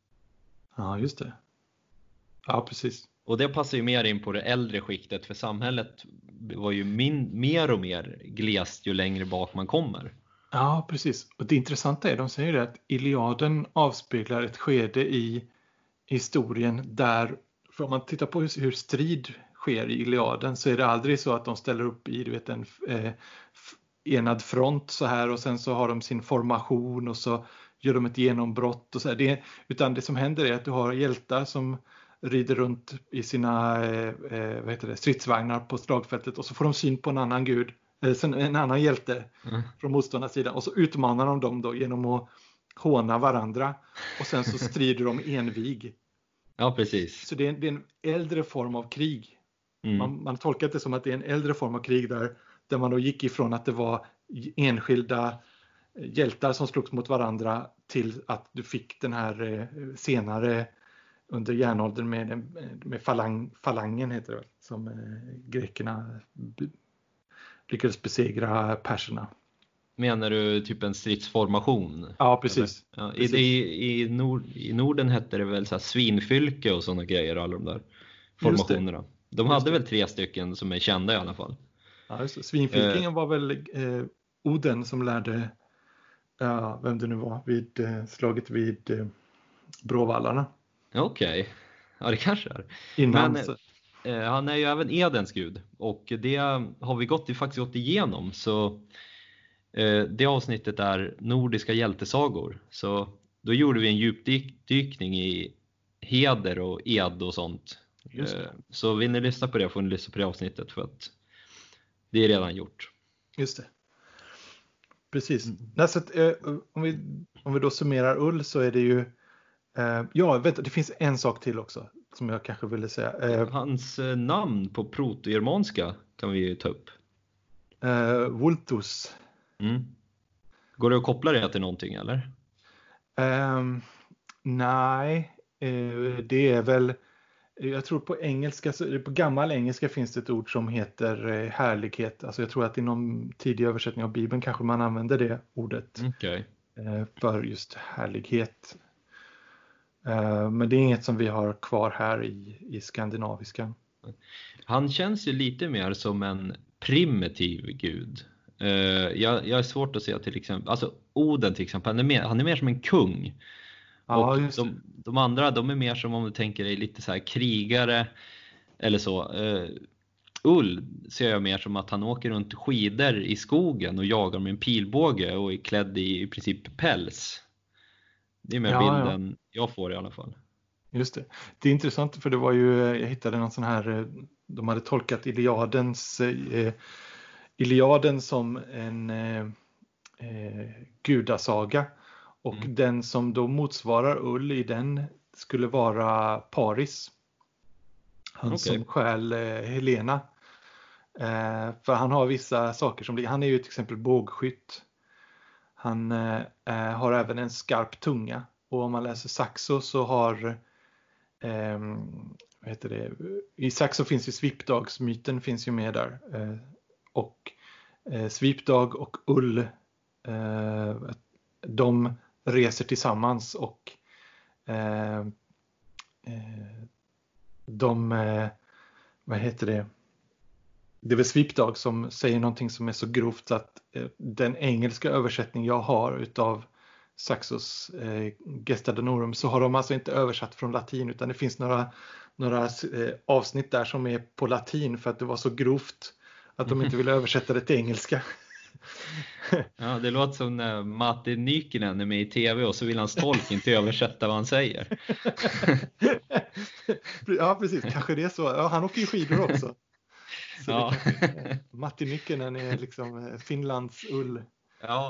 Ja, just det. Ja, precis. Och det passar ju mer in på det äldre skiktet, för samhället var ju min, mer och mer glest ju längre bak man kommer. Ja, precis. Och det intressanta är, de säger det, att Iliaden avspeglar ett skede i historien där, för om man tittar på hur, hur strid sker i Iliaden, så är det aldrig så att de ställer upp i, du vet, en eh, enad front så här, och sen så har de sin formation och så gör de ett genombrott och så här. Det, utan det som händer är att du har hjältar som rider runt i sina eh, vad heter det, stridsvagnar på slagfältet, och så får de syn på en annan gud, eh, en annan hjälte Mm. från motståndarsidan, och så utmanar de dem då genom att håna varandra, och sen så strider de envig. Ja, precis. Så det är, en, det är en äldre form av krig. Mm. Man, man tolkar det som att det är en äldre form av krig där, där man då gick ifrån att det var enskilda hjältar som slogs mot varandra till att du fick den här eh, senare under järnåldern med, med falang, falangen heter det väl, som eh, grekerna b- lyckades besegra perserna. Menar du typ en stridsformation? Ja, precis. Ja, i, precis. i, i, Nord, I Norden hette det väl så här svinfylke och sådana grejer, alla de där formationerna. De Just hade det. väl tre stycken som är kända i alla fall. Ja, just det. Svinfylkingen var väl eh, Oden som lärde, ja, vem det nu var, vid eh, slaget vid eh, Bråvallarna. Okej, okay. Ja, det kanske är. Innan, Men så... eh, han är ju även Edens gud, och det har vi gått, faktiskt gått igenom. Så eh, det avsnittet är nordiska hjältesagor. Så då gjorde vi en djupdykning i heder och ed och sånt. Just det. Eh, så vill ni lyssna på det får ni lyssna på det avsnittet, för att det är redan gjort. Just det. Precis. Mm. Nej, så att, eh, om, vi, om vi då summerar Ull, så är det ju eh, ja, vet du, det finns en sak till också som jag kanske ville säga. Eh, Hans eh, namn på protogermanska kan vi ju ta upp. eh, Vultus. Mm. Går det att koppla det till någonting eller? Eh, nej, eh, det är väl, jag tror på engelska, på gammal engelska finns det ett ord som heter eh, härlighet. Alltså jag tror att i någon tidig översättning av Bibeln kanske man använder det ordet Okay. eh, för just härlighet. Uh, men det är inget som vi har kvar här i, i skandinaviskan. Han känns ju lite mer som en primitiv gud. Uh, jag, jag är svårt att se till exempel, alltså Oden till exempel, han är mer, han är mer som en kung. Ja, Och just de, de andra, de är mer som, om du tänker dig, lite så här krigare eller så. Uh, Ull ser jag mer som att han åker runt skidor i skogen och jagar med en pilbåge och är klädd i, i princip päls. Det är mer ja, bilden ja. jag får i alla fall. Just det. Det är intressant för det var ju, jag hittade någon sån här, de hade tolkat Iliadens, eh, Iliaden som en eh, eh, gudasaga. Och mm. den som då motsvarar Ull i den skulle vara Paris. Han okay. som stjäl eh, Helena. Eh, för han har vissa saker som, han är ju till exempel bågskytt. Han eh, har även en skarp tunga. Och om man läser Saxo så har, eh, vad heter det? I Saxo finns ju Svipdagsmyten finns ju med där. Eh, och eh, Svipdag och Ull, eh, de reser tillsammans och eh, eh, de, eh, vad heter det? Det är väl Svipdag som säger någonting som är så grovt att eh, den engelska översättning jag har utav Saxos eh, Gesta Danorum, så har de alltså inte översatt från latin, utan det finns några, några eh, avsnitt där som är på latin för att det var så grovt att de inte ville översätta det till engelska. Ja, det låter som när Matti Nykinen är med i tv och så vill hans tolk inte översätta vad han säger. Ja, precis. Kanske det är så. Ja, han åker ju skidor också. Så ja. kanske, Matti Nykinen är liksom Finlands Ull. Ja.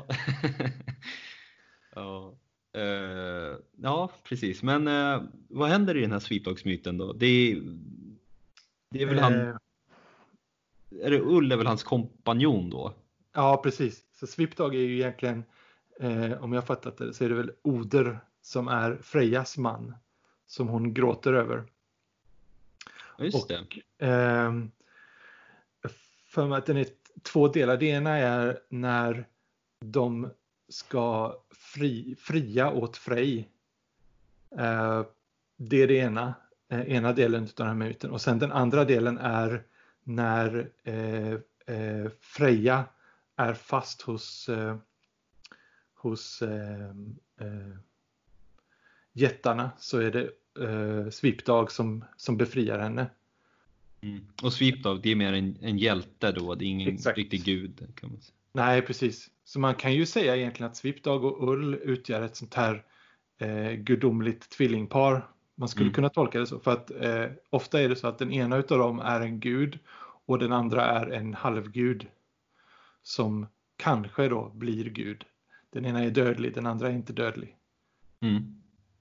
Ja. Uh, ja, precis. Men uh, vad händer i den här Svipdagsmyten då? Det är, det är väl uh. han... Är det Ull är väl hans kompanjon då? Ja, precis. Så Svipdag är ju egentligen, eh, om jag fattat det, så är det väl Oder som är Frejas man. Som hon gråter över. Just det. Och, eh, för mig att den är två delar. Det ena är när de ska fri, fria åt Frej. Eh, det är det ena. Eh, ena delen av den här myten. Och sen den andra delen är när eh, eh, Freja är fast hos eh, hos eh, eh, jättarna, så är det eh, Svipdag som, som befriar henne. Mm. Och Svipdag, det är mer en, en hjälte då, det är ingen Exakt. riktig gud kan man säga. Nej, precis. Så man kan ju säga egentligen att Svipdag och Ull utgör ett sånt här eh, gudomligt tvillingpar. Man skulle mm. kunna tolka det så, för att eh, ofta är det så att den ena utav dem är en gud och den andra är en halvgud som kanske då blir gud. Den ena är dödlig, den andra är inte dödlig. Mm.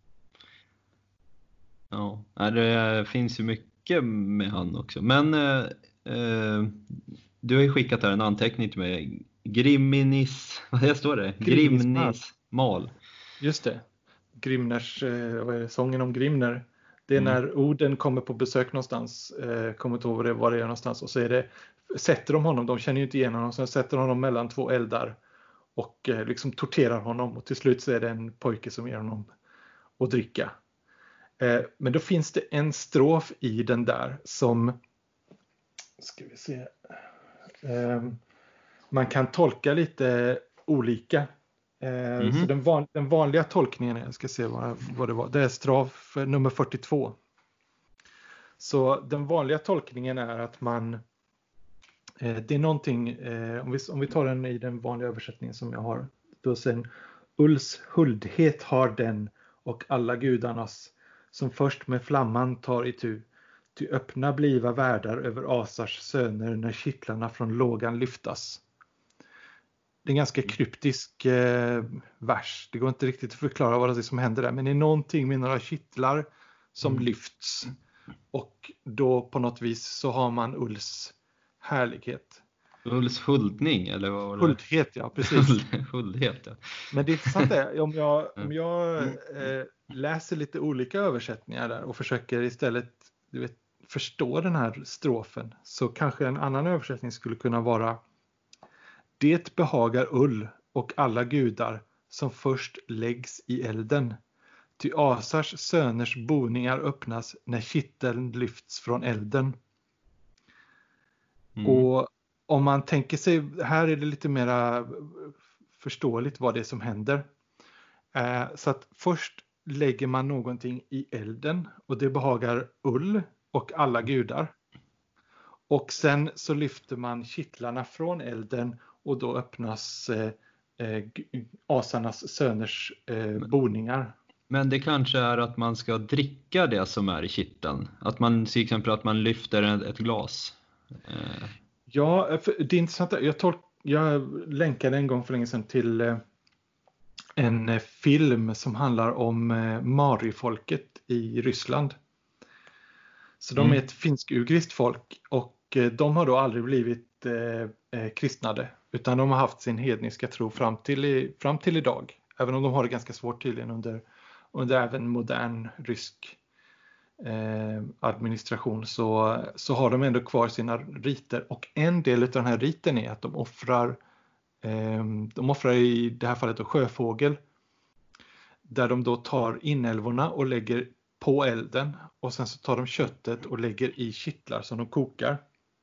Ja, det finns ju mycket med han också. Men eh, eh, du har ju skickat här en anteckning till mig. Grimnis, vad står det? Grimnis mal. Just det. Grimners, eh, vad är det? Sången om Grimner. Det är mm. när Oden kommer på besök någonstans, eh, kommer inte ihåg vad det, var det är någonstans, och så är det, sätter de honom, de känner ju inte igen honom, så sätter honom mellan två eldar och eh, liksom torterar honom, och till slut så är det en pojke som ger honom att dricka. Eh, men då finns det en strof i den där som, ska vi se, eh, man kan tolka lite olika. Eh, mm-hmm. Så den, van, den vanliga tolkningen, jag ska se vad, vad det var, det är strof nummer fyrtiotvå. Så den vanliga tolkningen är att man, eh, det är någonting, eh, om, vi, om vi tar den i den vanliga översättningen som jag har, då sen Ulls huldhet har den och alla gudarnas, som först med flamman tar itu, ty öppna bliva världar över Asars söner när kittlarna från lågan lyftas. Det är en ganska kryptisk eh, vers. Det går inte riktigt att förklara vad det är som händer där. Men det är någonting med några kittlar som mm. lyfts. Och då på något vis så har man Ulls härlighet. Ulls huldning eller vad var det? Huldhet, ja, precis. Huldhet, ja. Men det intressanta är, om jag, om jag eh, läser lite olika översättningar där och försöker istället, du vet, förstå den här strofen, så kanske en annan översättning skulle kunna vara: det behagar Ull och alla gudar som först läggs i elden. Ty Asars söners boningar öppnas när kitteln lyfts från elden. Mm. Och om man tänker sig, här är det lite mer förståeligt vad det är som händer. Eh, så att först lägger man någonting i elden och det behagar Ull och alla gudar. Och sen så lyfter man kittlarna från elden och då öppnas eh, eh, asarnas söners eh, boningar. Men det kanske är att man ska dricka det som är i kitteln. Att man till exempel att man lyfter ett glas. Eh. Ja, för det är intressant. Jag, tolk, jag länkade en gång för länge sedan till eh, en eh, film som handlar om eh, Mari-folket i Ryssland. Så de Mm. är ett finsk-ugriskt folk och eh, de har då aldrig blivit eh, eh, kristnade. Utan de har haft sin hedniska tro fram till, i, fram till idag. Även om de har det ganska svårt tydligen under, under även modern rysk eh, administration så, så har de ändå kvar sina riter. Och en del av den här riten är att de offrar, eh, de offrar i det här fallet då sjöfågel. Där de då tar inälvorna och lägger på elden. Och sen så tar de köttet och lägger i kittlar som de kokar.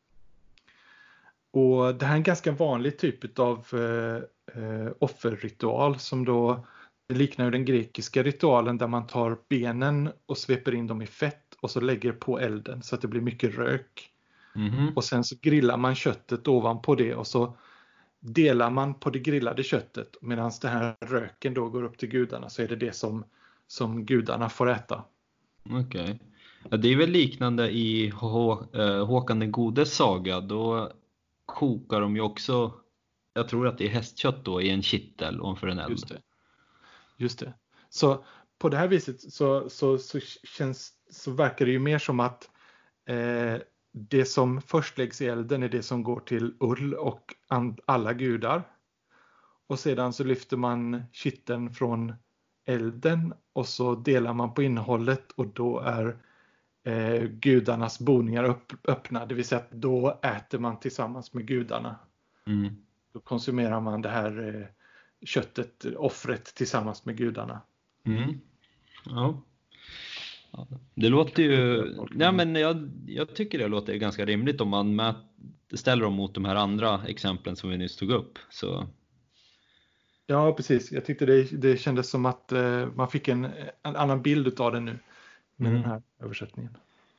Och det här är en ganska vanlig typ av eh, offerritual som då liknar den grekiska ritualen där man tar benen och sveper in dem i fett och så lägger på elden så att det blir mycket rök. Mm-hmm. Och sen så grillar man köttet ovanpå det och så delar man på det grillade köttet medan den här röken då går upp till gudarna så är det det som, som gudarna får äta. Okej. Okay. Ja, det är väl liknande i Hå- äh, Håkan den godes saga. Då kokar de ju också, jag tror att det är hästkött då, i en kittel ovanför en eld. Just det. Just det. Så på det här viset så, så, så, känns, så verkar det ju mer som att eh, det som först läggs i elden är det som går till Ull och and, alla gudar. Och sedan så lyfter man kitteln från elden och så delar man på innehållet och då är eh, gudarnas boningar upp, öppna. Det vill säga att då äter man tillsammans med gudarna. Mm. Då konsumerar man det här eh, köttet, offret tillsammans med gudarna. Mm. Ja. Ja. Det låter ju, ja, men jag, jag tycker det låter ganska rimligt om man mät, ställer dem mot de här andra exemplen som vi nyss tog upp. Så. Ja, precis. Jag tyckte det, det kändes som att eh, man fick en, en annan bild av det nu med Mm. den här översättningen.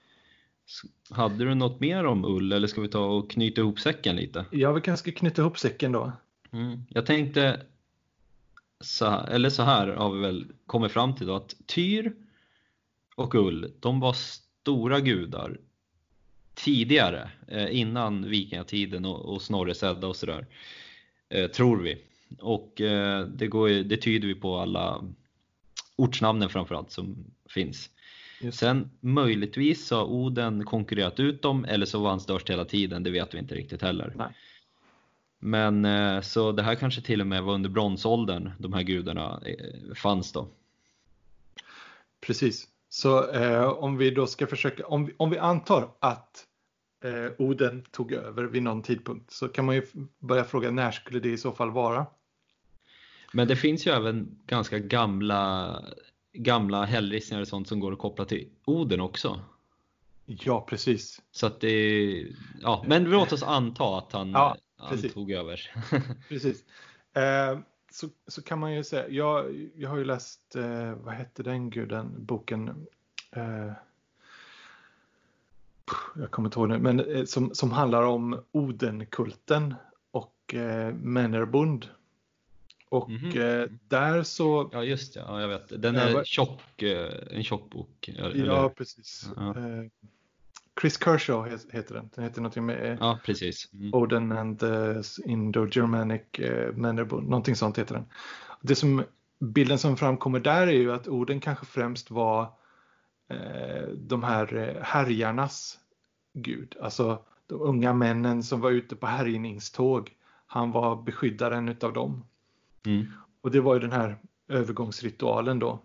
Hade du något mer om Ull eller ska vi ta och knyta ihop säcken lite? Jag vill kanske knyta ihop säcken då. Mm. Jag tänkte så här, eller så här har vi väl kommit fram till då, att Tyr och Ull, de var stora gudar tidigare, eh, innan vikingatiden och, och Snorres Edda och sådär, eh, tror vi. Och eh, det, går, det tyder vi på alla ortsnamnen framförallt som finns. Just. Sen möjligtvis så har Oden konkurrerat ut dem, eller så var han störst hela tiden, det vet vi inte riktigt heller. Nej. Men eh, så det här kanske till och med var under bronsåldern de här gudarna eh, fanns då. Precis. Så eh, om vi då ska försöka, om vi, om vi antar att eh, Oden tog över vid någon tidpunkt så kan man ju börja fråga när skulle det i så fall vara? Men det finns ju även ganska gamla gamla hällristningar och sånt som går att koppla till Oden också. Ja, precis. Så att det, ja, men låt oss anta att han, ja, han tog över. Precis. Eh, så, så kan man ju säga, jag, jag har ju läst, eh, vad hette den guden, boken, eh, jag kommer inte ihåg nu, men eh, som, som handlar om Odenkulten och eh, Männerbund. Och mm-hmm. eh, där så... Ja, just det. Ja, jag vet. Den är var... tjock, en tjock bok. Eller? Ja, precis. Ja. Eh, Chris Kershaw heter den. Den heter någonting med ja, precis. Mm. Oden and the Indo-Germanic uh, Männerbund. Någonting sånt heter den. Det som, bilden som framkommer där är ju att Oden kanske främst var eh, de här härjarnas gud. Alltså de unga männen som var ute på härjningståg. Han var beskyddaren utav dem. Mm. Och det var ju den här övergångsritualen då.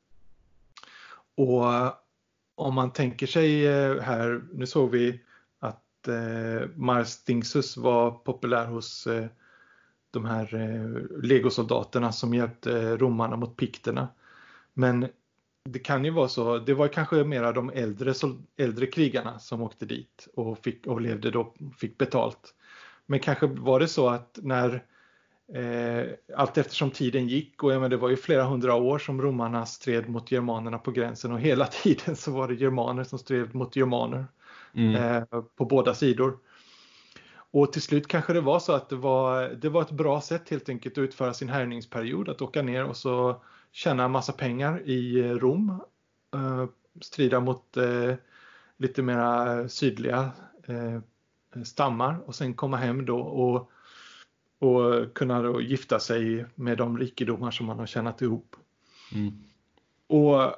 Och om man tänker sig här, nu såg vi att eh, Mars Thingsus var populär hos eh, de här eh, legosoldaterna som hjälpte romarna mot pikterna. Men det kan ju vara så. Det var kanske mera de äldre, äldre krigarna som åkte dit och, fick, och levde då, fick betalt. Men kanske var det så att när eh, allt eftersom tiden gick, och ja, men det var ju flera hundra år som romarna stred mot germanerna på gränsen, och hela tiden så var det germaner som stred mot germaner mm. eh, på båda sidor. Och till slut kanske det var så att det var, det var ett bra sätt helt enkelt att utföra sin härjningsperiod, att åka ner och så tjäna en massa pengar i Rom, eh, strida mot eh, lite mera sydliga eh, stammar, och sen komma hem då och, och kunna då gifta sig med de rikedomar som man har tjänat ihop. Mm. Och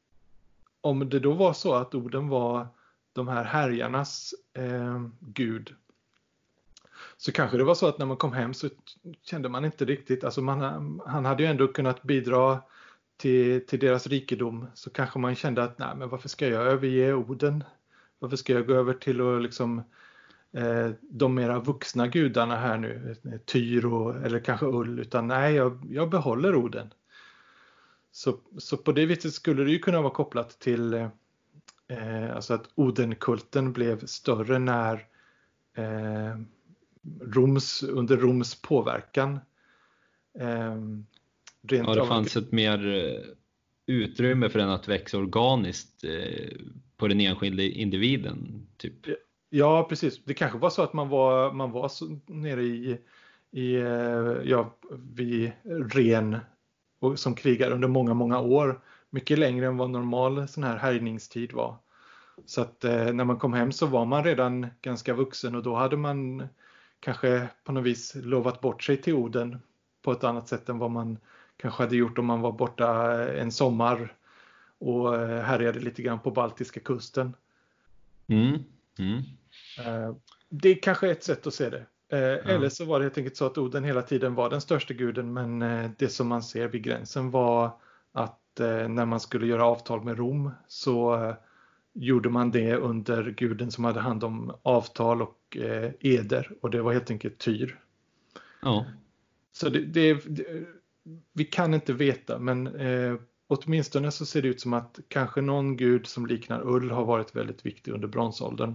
om det då var så att Oden var de här härjarnas eh, gud, så kanske det var så att när man kom hem så kände man inte riktigt, alltså man, han hade ju ändå kunnat bidra till, till deras rikedom, så kanske man kände att nej, men varför ska jag överge Oden? Varför ska jag gå över till att liksom eh, de mera vuxna gudarna här nu, Tyr och, eller kanske Ull, utan nej, jag, jag behåller Oden. Så, så på det viset skulle det ju kunna vara kopplat till eh, alltså att Odenkulten blev större när eh, Roms, under Roms påverkan. Eh, rent ja, det fanns av... ett mer utrymme för den att växa organiskt eh, på den enskilda individen. Typ. Ja, precis. Det kanske var så att man var, man var så nere i, i ja, vid Ren och, som krigar under många, många år. Mycket längre än vad normal sån här härjningstid var. Så att eh, när man kom hem så var man redan ganska vuxen, och då hade man kanske på något vis lovat bort sig till Oden på ett annat sätt än vad man kanske hade gjort om man var borta en sommar och härjade lite grann på baltiska kusten. Mm. Mm. Det är kanske ett sätt att se det. Ja. Eller så var det helt enkelt så att Oden hela tiden var den största guden, men det som man ser vid gränsen var att när man skulle göra avtal med Rom så gjorde man det under guden som hade hand om avtal och eh, eder, och det var helt enkelt Tyr. Ja. Så det, det, det, vi kan inte veta, men eh, åtminstone så ser det ut som att kanske någon gud som liknar Ull har varit väldigt viktig under bronsåldern.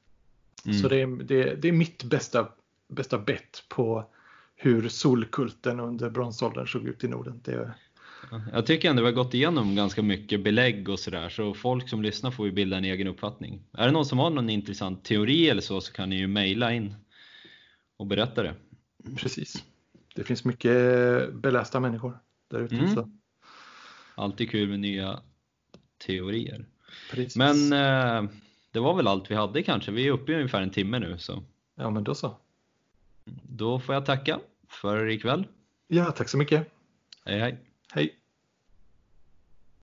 Mm. Så det, det, det är mitt bästa, bästa bett på hur solkulten under bronsåldern såg ut i Norden. Det Jag tycker ändå vi har gått igenom ganska mycket belägg och sådär, så folk som lyssnar får ju bilda en egen uppfattning. Är det någon som har någon intressant teori eller så, så kan ni ju mejla in och berätta det. Precis. Det finns mycket belästa människor där ute. Mm. Så. Alltid kul med nya teorier. Precis. Men eh, det var väl allt vi hade kanske. Vi är uppe i ungefär en timme nu. Så. Ja, men då så. Då får jag tacka för ikväll. Ja, tack så mycket. Hej hej. Hej.